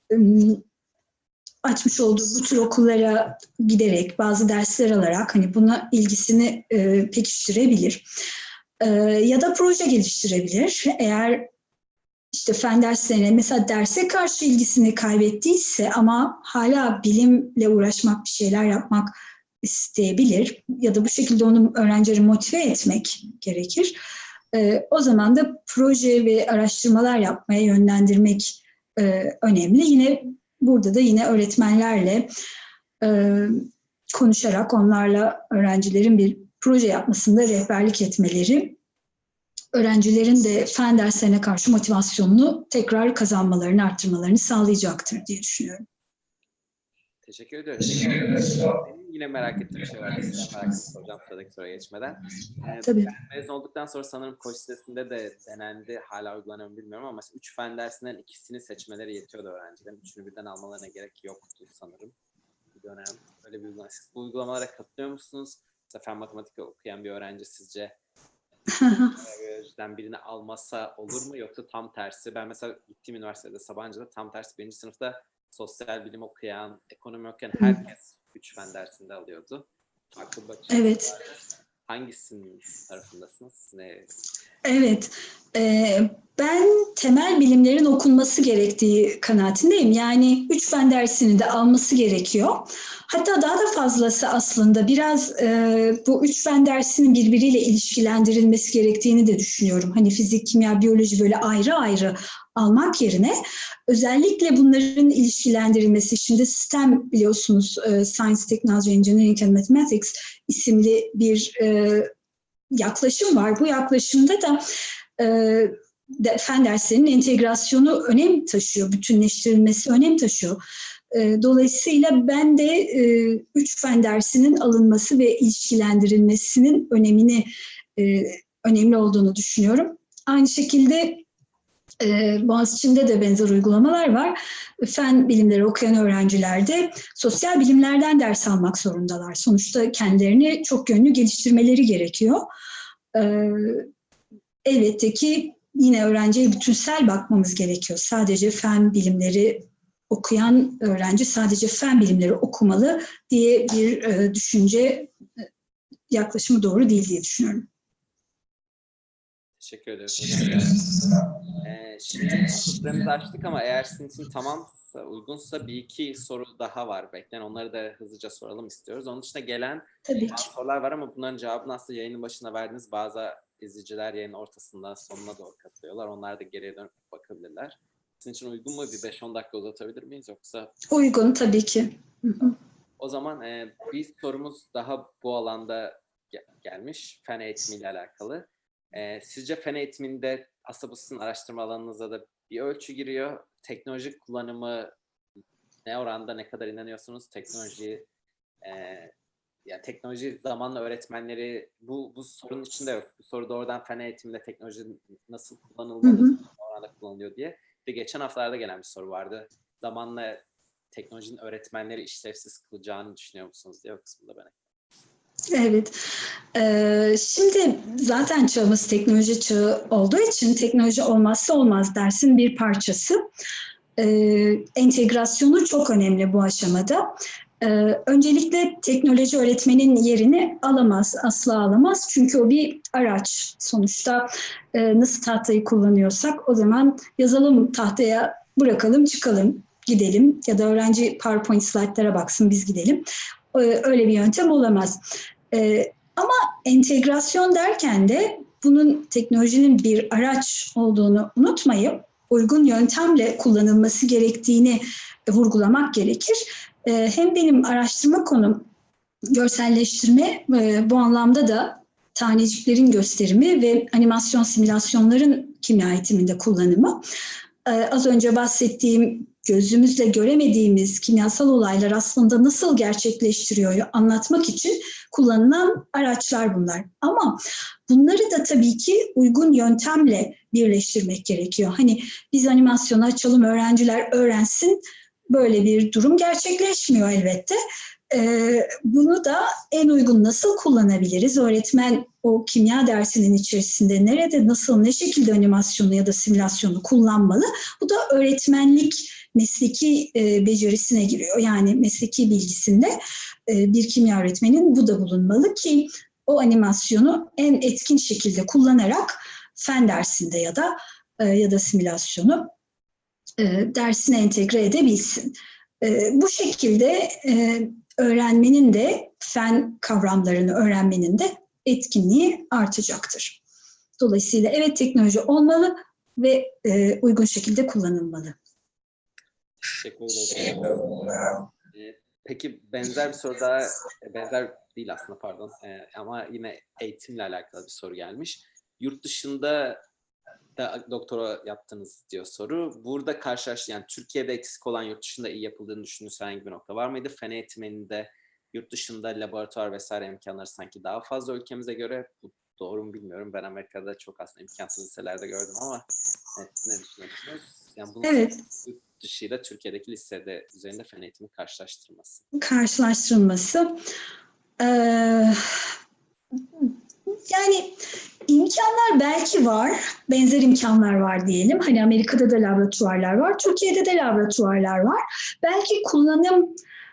açmış olduğu bu tür okullara giderek, bazı dersler alarak hani buna ilgisini pekiştirebilir. Ya da proje geliştirebilir. Eğer işte fen derslerine, mesela derse karşı ilgisini kaybettiyse ama hala bilimle uğraşmak, bir şeyler yapmak isteyebilir ya da bu şekilde onu, öğrencileri motive etmek gerekir. O zaman da proje ve araştırmalar yapmaya yönlendirmek önemli. Yine burada da yine öğretmenlerle konuşarak onlarla öğrencilerin bir proje yapmasında rehberlik etmeleri, öğrencilerin de fen derslerine karşı motivasyonunu tekrar kazanmalarını, arttırmalarını sağlayacaktır diye düşünüyorum. Teşekkür ediyoruz. Benim yine merak ettiğim bir şey vardı. Sizden merak ettim soracağım sıradaki soruya geçmeden. Tabii. Ben mezun olduktan sonra sanırım Koç sitesinde de denendi. Hala uygulanıyor mu bilmiyorum ama 3 fen dersinden ikisini seçmeleri yetiyordu öğrencilerin. Üçünü birden almalarına gerek yoktu sanırım. Bir dönem öyle bir uygulama. Siz bu uygulamalara katılıyor musunuz? Mesela fen matematik okuyan bir öğrenci sizce biyolojiden birini almasa olur mu? Yoksa tam tersi. Ben mesela gittiğim üniversitede Sabancı'da tam tersi 1. sınıfta sosyal bilim okuyan, ekonomi okuyan herkes 3 fen dersinde alıyordu. Farklı bakış açısı Evet. vardı. Hangisinin tarafındasınız? Evet, ben temel bilimlerin okunması gerektiği kanaatindeyim. Yani 3 fen dersini de alması gerekiyor. Hatta daha da fazlası aslında biraz bu 3 fen dersinin birbiriyle ilişkilendirilmesi gerektiğini de düşünüyorum. Hani fizik, kimya, biyoloji böyle ayrı ayrı almak yerine özellikle bunların ilişkilendirilmesi, şimdi STEM biliyorsunuz, Science, Technology, Engineering and Mathematics isimli bir yaklaşım var. Bu yaklaşımda da fen derslerinin entegrasyonu önem taşıyor, bütünleştirilmesi önem taşıyor. Dolayısıyla ben de 3 fen dersinin alınması ve ilişkilendirilmesinin önemli olduğunu düşünüyorum. Aynı şekilde Boğaziçi'nde de benzer uygulamalar var. Fen bilimleri okuyan öğrenciler de sosyal bilimlerden ders almak zorundalar. Sonuçta kendilerini çok yönlü geliştirmeleri gerekiyor. Elbette ki yine öğrenciye bütünsel bakmamız gerekiyor. Sadece fen bilimleri okuyan öğrenci sadece fen bilimleri okumalı diye bir düşünce yaklaşımı doğru değil diye düşünüyorum. Teşekkür ederiz hocam. Şimdi süremizi açtık ama eğer sizin için tamamsa, uygunsa bir iki soru daha var bekleyen. Onları da hızlıca soralım istiyoruz. Onun dışında gelen bazı sorular var ama bunların cevabını aslında yayının başına verdiniz. Bazı izleyiciler yayının ortasından sonuna doğru katılıyorlar. Onlar da geriye dönüp bakabilirler. Sizin için uygun mu? Bir 5-10 dakika uzatabilir miyiz yoksa? Uygun tabii ki. O zaman bir sorumuz daha bu alanda gelmiş. Fen eğitimiyle alakalı. Sizce fen eğitiminde aslında bu sizin araştırma alanınıza da bir ölçü giriyor. Teknolojik kullanımı ne oranda, ne kadar inanıyorsunuz? Teknoloji zamanla öğretmenleri bu sorunun içinde yok. Bu soru doğrudan fen eğitiminde teknoloji nasıl kullanılmalı, ne oranda kullanılıyor diye. Bir de geçen haftalarda gelen bir soru vardı. Zamanla teknolojinin öğretmenleri işlevsiz kılacağını düşünüyor musunuz diye o kısmında ben. Evet. Şimdi zaten çağımız teknoloji çağı olduğu için teknoloji olmazsa olmaz dersin bir parçası. Entegrasyonu çok önemli bu aşamada. Öncelikle teknoloji öğretmenin yerini alamaz, asla alamaz. Çünkü o bir araç. Sonuçta nasıl tahtayı kullanıyorsak o zaman yazalım tahtaya, bırakalım, çıkalım, gidelim. Ya da öğrenci PowerPoint slaytlara baksın, biz gidelim. Öyle bir yöntem olamaz. Ama entegrasyon derken de bunun teknolojinin bir araç olduğunu unutmayıp uygun yöntemle kullanılması gerektiğini vurgulamak gerekir. Hem benim araştırma konum görselleştirme, bu anlamda da taneciklerin gösterimi ve animasyon simülasyonların kimya eğitiminde kullanımı. Az önce bahsettiğim gözümüzle göremediğimiz kimyasal olaylar aslında nasıl gerçekleştiriyor anlatmak için kullanılan araçlar bunlar. Ama bunları da tabii ki uygun yöntemle birleştirmek gerekiyor. Hani biz animasyonu açalım, öğrenciler öğrensin, böyle bir durum gerçekleşmiyor elbette. Bunu da en uygun nasıl kullanabiliriz? Öğretmen o kimya dersinin içerisinde nerede, nasıl, ne şekilde animasyonu ya da simülasyonu kullanmalı? Bu da öğretmenlik mesleki becerisine giriyor. Yani mesleki bilgisinde bir kimya öğretmenin bu da bulunmalı ki o animasyonu en etkin şekilde kullanarak fen dersinde ya da simülasyonu dersine entegre edebilsin. Bu şekilde öğrenmenin de fen kavramlarını öğrenmenin de etkinliği artacaktır. Dolayısıyla evet, teknoloji olmalı ve uygun şekilde kullanılmalı. Teşekkür ederim. Peki benzer bir soru daha, benzer değil aslında pardon, ama yine eğitimle alakalı bir soru gelmiş. Yurt dışında da doktora yaptınız diyor soru. Burada yani Türkiye'de eksik olan yurt dışında iyi yapıldığını düşündüğünüz herhangi bir nokta var mıydı? Fen eğitiminde yurt dışında laboratuvar vesaire imkanları sanki daha fazla ülkemize göre. Bu doğru mu bilmiyorum. Ben Amerika'da çok aslında imkansız liselerde gördüm ama ne düşünüyorsunuz? Yani bunun evet. Yurt dışıyla Türkiye'deki lisede üzerinde fen eğitimi karşılaştırması. Yani imkanlar belki var, benzer imkanlar var diyelim. Hani Amerika'da da laboratuvarlar var, Türkiye'de de laboratuvarlar var. Belki kullanım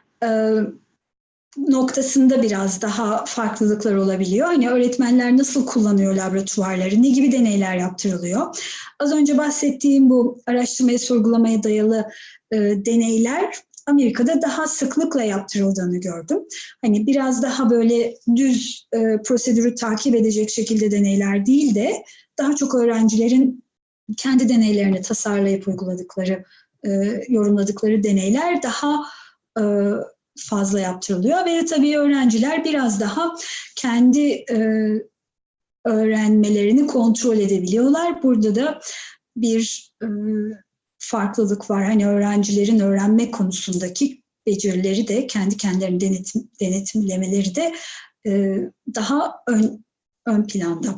noktasında biraz daha farklılıklar olabiliyor. Hani öğretmenler nasıl kullanıyor laboratuvarları, ne gibi deneyler yaptırılıyor? Az önce bahsettiğim bu araştırmaya, sorgulamaya dayalı deneyler Amerika'da daha sıklıkla yaptırıldığını gördüm. Hani biraz daha böyle düz prosedürü takip edecek şekilde deneyler değil de daha çok öğrencilerin kendi deneylerini tasarlayıp uyguladıkları, yorumladıkları deneyler daha fazla yaptırılıyor ve tabii öğrenciler biraz daha kendi öğrenmelerini kontrol edebiliyorlar. Burada da bir farklılık var. Hani öğrencilerin öğrenme konusundaki becerileri de kendi kendilerini denetlemeleri de daha ön planda.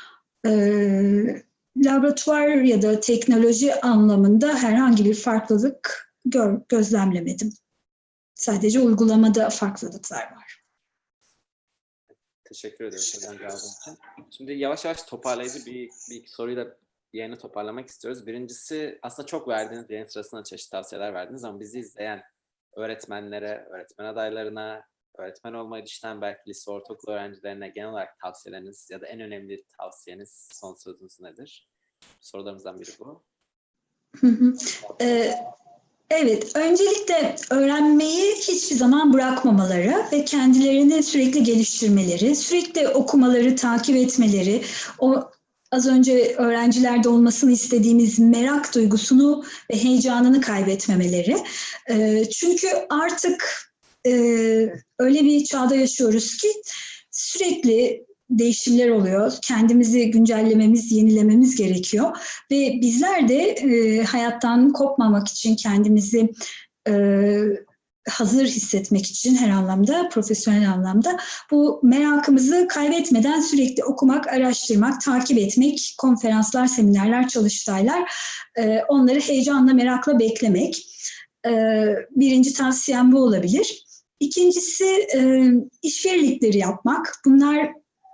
Laboratuvar ya da teknoloji anlamında herhangi bir farklılık gözlemlemedim. Sadece uygulamada farklılıklar var. Teşekkür ederim hocam cevabınız için. Şimdi yavaş yavaş toparlayıcı bir soruyla yayını toparlamak istiyoruz. Birincisi, aslında çok verdiğiniz, yayın sırasında çeşitli tavsiyeler verdiniz ama bizi izleyen öğretmenlere, öğretmen adaylarına, öğretmen olmayı düşünen belki lise ortaokul öğrencilerine genel olarak tavsiyeleriniz ya da en önemli tavsiyeniz, son sözünüz nedir? Sorularımızdan biri bu. Evet, öncelikle öğrenmeyi hiçbir zaman bırakmamaları ve kendilerini sürekli geliştirmeleri, sürekli okumaları, takip etmeleri, o az önce öğrencilerde olmasını istediğimiz merak duygusunu ve heyecanını kaybetmemeleri. Çünkü artık öyle bir çağda yaşıyoruz ki sürekli değişimler oluyor. Kendimizi güncellememiz, yenilememiz gerekiyor. Ve bizler de hayattan kopmamak için kendimizi hazır hissetmek için her anlamda, profesyonel anlamda bu merakımızı kaybetmeden sürekli okumak, araştırmak, takip etmek, konferanslar, seminerler, çalıştaylar, onları heyecanla, merakla beklemek. Birinci tavsiyem bu olabilir. İkincisi işbirlikleri yapmak. Bunlar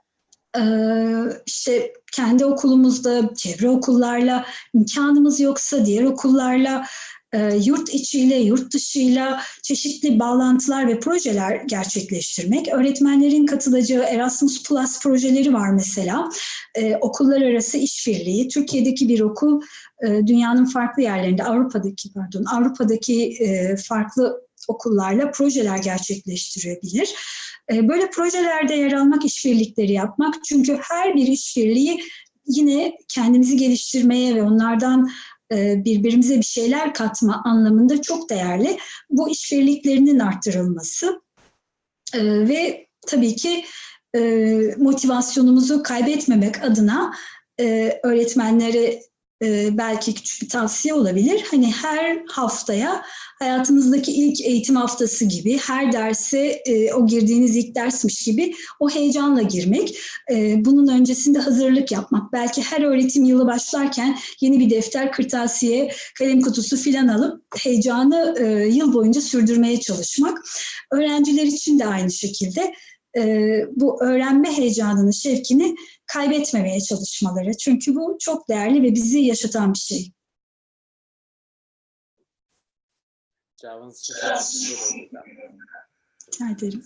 işte kendi okulumuzda, çevre okullarla, imkanımız yoksa diğer okullarla, yurt içiyle, yurt dışıyla çeşitli bağlantılar ve projeler gerçekleştirmek. Öğretmenlerin katılacağı Erasmus Plus projeleri var mesela. Okullar arası işbirliği. Türkiye'deki bir okul dünyanın farklı yerlerinde, Avrupa'daki farklı okullarla projeler gerçekleştirebilir. Böyle projelerde yer almak, işbirlikleri yapmak. Çünkü her bir işbirliği yine kendimizi geliştirmeye ve onlardan birbirimize bir şeyler katma anlamında çok değerli. Bu işbirliklerinin arttırılması ve tabii ki motivasyonumuzu kaybetmemek adına öğretmenlere belki küçük bir tavsiye olabilir. Hani her haftaya hayatınızdaki ilk eğitim haftası gibi, her derse o girdiğiniz ilk dersmiş gibi o heyecanla girmek, bunun öncesinde hazırlık yapmak. Belki her öğretim yılı başlarken yeni bir defter, kırtasiye, kalem kutusu filan alıp heyecanı yıl boyunca sürdürmeye çalışmak. Öğrenciler için de aynı şekilde bu öğrenme heyecanını, şevkini kaybetmemeye çalışmaları. Çünkü bu çok değerli ve bizi yaşatan bir şey. Cevabınız için çok teşekkür ederim. Rica ederim.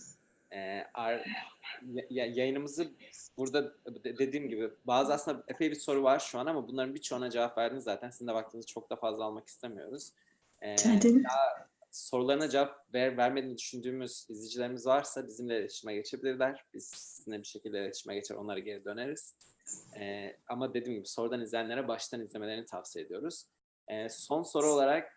Yayınımızı burada dediğim gibi bazı aslında epey bir soru var şu an ama bunların birçoğuna cevap verdiniz zaten. Sizin de vaktinizi çok da fazla almak istemiyoruz. Rica ederim. Sorularına cevap vermediğini düşündüğümüz izleyicilerimiz varsa bizimle iletişime geçebilirler. Biz sizinle bir şekilde iletişime geçer, onlara geri döneriz. Ama dediğim gibi sorudan izleyenlere baştan izlemelerini tavsiye ediyoruz. Son soru olarak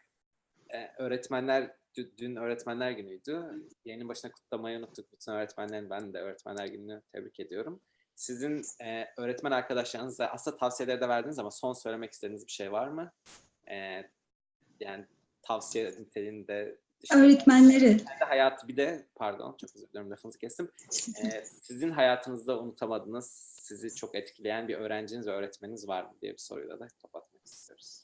dün Öğretmenler Günü'ydü. Yayının başına kutlamayı unuttuk. Bütün öğretmenlerin, ben de Öğretmenler Günü'nü tebrik ediyorum. Sizin öğretmen arkadaşlarınıza aslında tavsiyeleri de verdiniz ama son söylemek istediğiniz bir şey var mı? Yani tavsiye niteliğinde öğretmenleri. Pardon çok özür dilerim lafınızı kestim. Sizin hayatınızda unutamadığınız, sizi çok etkileyen bir öğrenciniz ve öğretmeniniz var mı diye bir soruyla da kapatmak istiyoruz.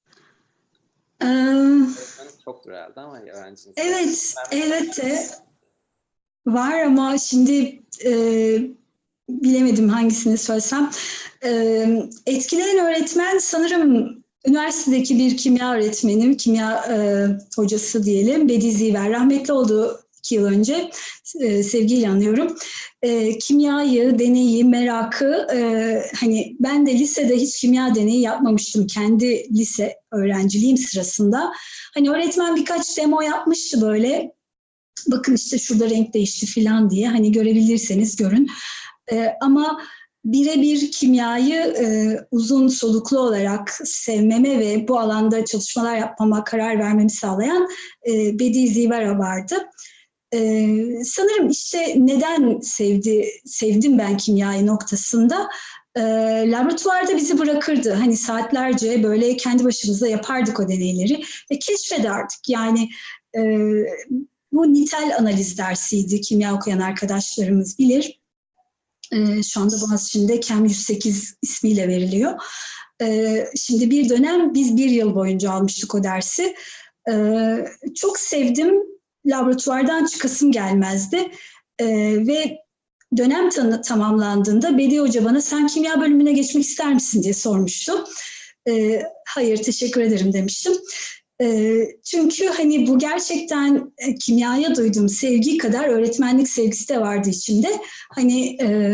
Öğretmeniniz çoktur herhalde ama öğrenciniz. Evet, elbette var ama şimdi bilemedim hangisini söylesem. Etkileyen öğretmen sanırım üniversitedeki bir kimya öğretmenim, kimya hocası diyelim, Bedi Ziver. Rahmetli oldu 2 yıl önce, sevgiyle anıyorum. Kimyayı, deneyi, merakı, hani ben de lisede hiç kimya deneyi yapmamıştım kendi lise öğrenciliğim sırasında. Hani öğretmen birkaç demo yapmıştı böyle. Bakın işte şurada renk değişti falan diye, hani görebilirseniz görün. Ama birebir kimyayı uzun soluklu olarak sevmeme ve bu alanda çalışmalar yapmama karar vermemi sağlayan Bedi Zivera vardı. Sanırım işte neden sevdim ben kimyayı noktasında. Laboratuvarda bizi bırakırdı. Hani saatlerce böyle kendi başımıza yapardık o deneyleri ve keşfederdik. Yani bu nitel analiz dersiydi. Kimya okuyan arkadaşlarımız bilir. Şu anda Boğaziçi'nde Chem 108 ismiyle veriliyor. Şimdi bir dönem biz 1 yıl boyunca almıştık o dersi. Çok sevdim. Laboratuvardan çıkasım gelmezdi. Ve dönem tamamlandığında Bedi Hoca bana sen kimya bölümüne geçmek ister misin diye sormuştu. Hayır teşekkür ederim demiştim. Çünkü hani bu gerçekten kimyaya duyduğum sevgi kadar öğretmenlik sevgisi de vardı içimde. Hani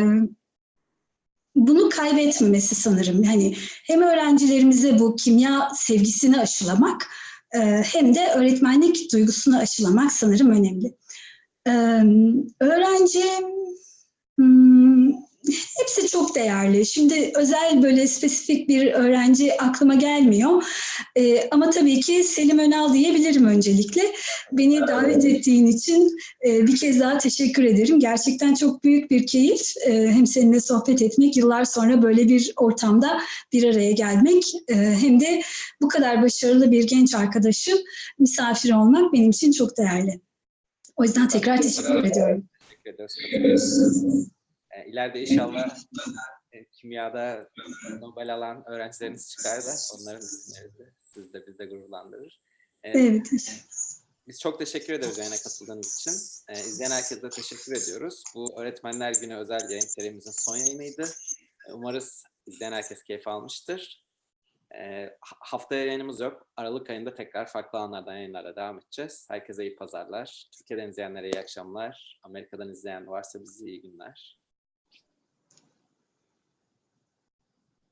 bunu kaybetmemesi sanırım. Hani hem öğrencilerimize bu kimya sevgisini aşılamak hem de öğretmenlik duygusunu aşılamak sanırım önemli. Öğrenci Hepsi çok değerli. Şimdi özel böyle spesifik bir öğrenci aklıma gelmiyor. Ama tabii ki Selim Önal diyebilirim öncelikle. Beni davet ettiğin için bir kez daha teşekkür ederim. Gerçekten çok büyük bir keyif. Hem seninle sohbet etmek, yıllar sonra böyle bir ortamda bir araya gelmek, hem de bu kadar başarılı bir genç arkadaşım misafir olmak benim için çok değerli. O yüzden tekrar teşekkür ediyorum. Teşekkür ediyoruz katıldığınız için. İleride inşallah kimyada Nobel alan öğrencileriniz çıkar da onların isimleri de siz de bizi de gururlandırır. Evet. Biz çok teşekkür ederiz yayına katıldığınız için. İzleyen herkese de teşekkür ediyoruz. Bu Öğretmenler Günü özel yayın serimizin son yayınıydı. Umarız izleyen herkes keyif almıştır. Haftaya yayınımız yok. Aralık ayında tekrar farklı alanlardan yayınlara devam edeceğiz. Herkese iyi pazarlar. Türkiye'den izleyenlere iyi akşamlar. Amerika'dan izleyen varsa bize iyi günler.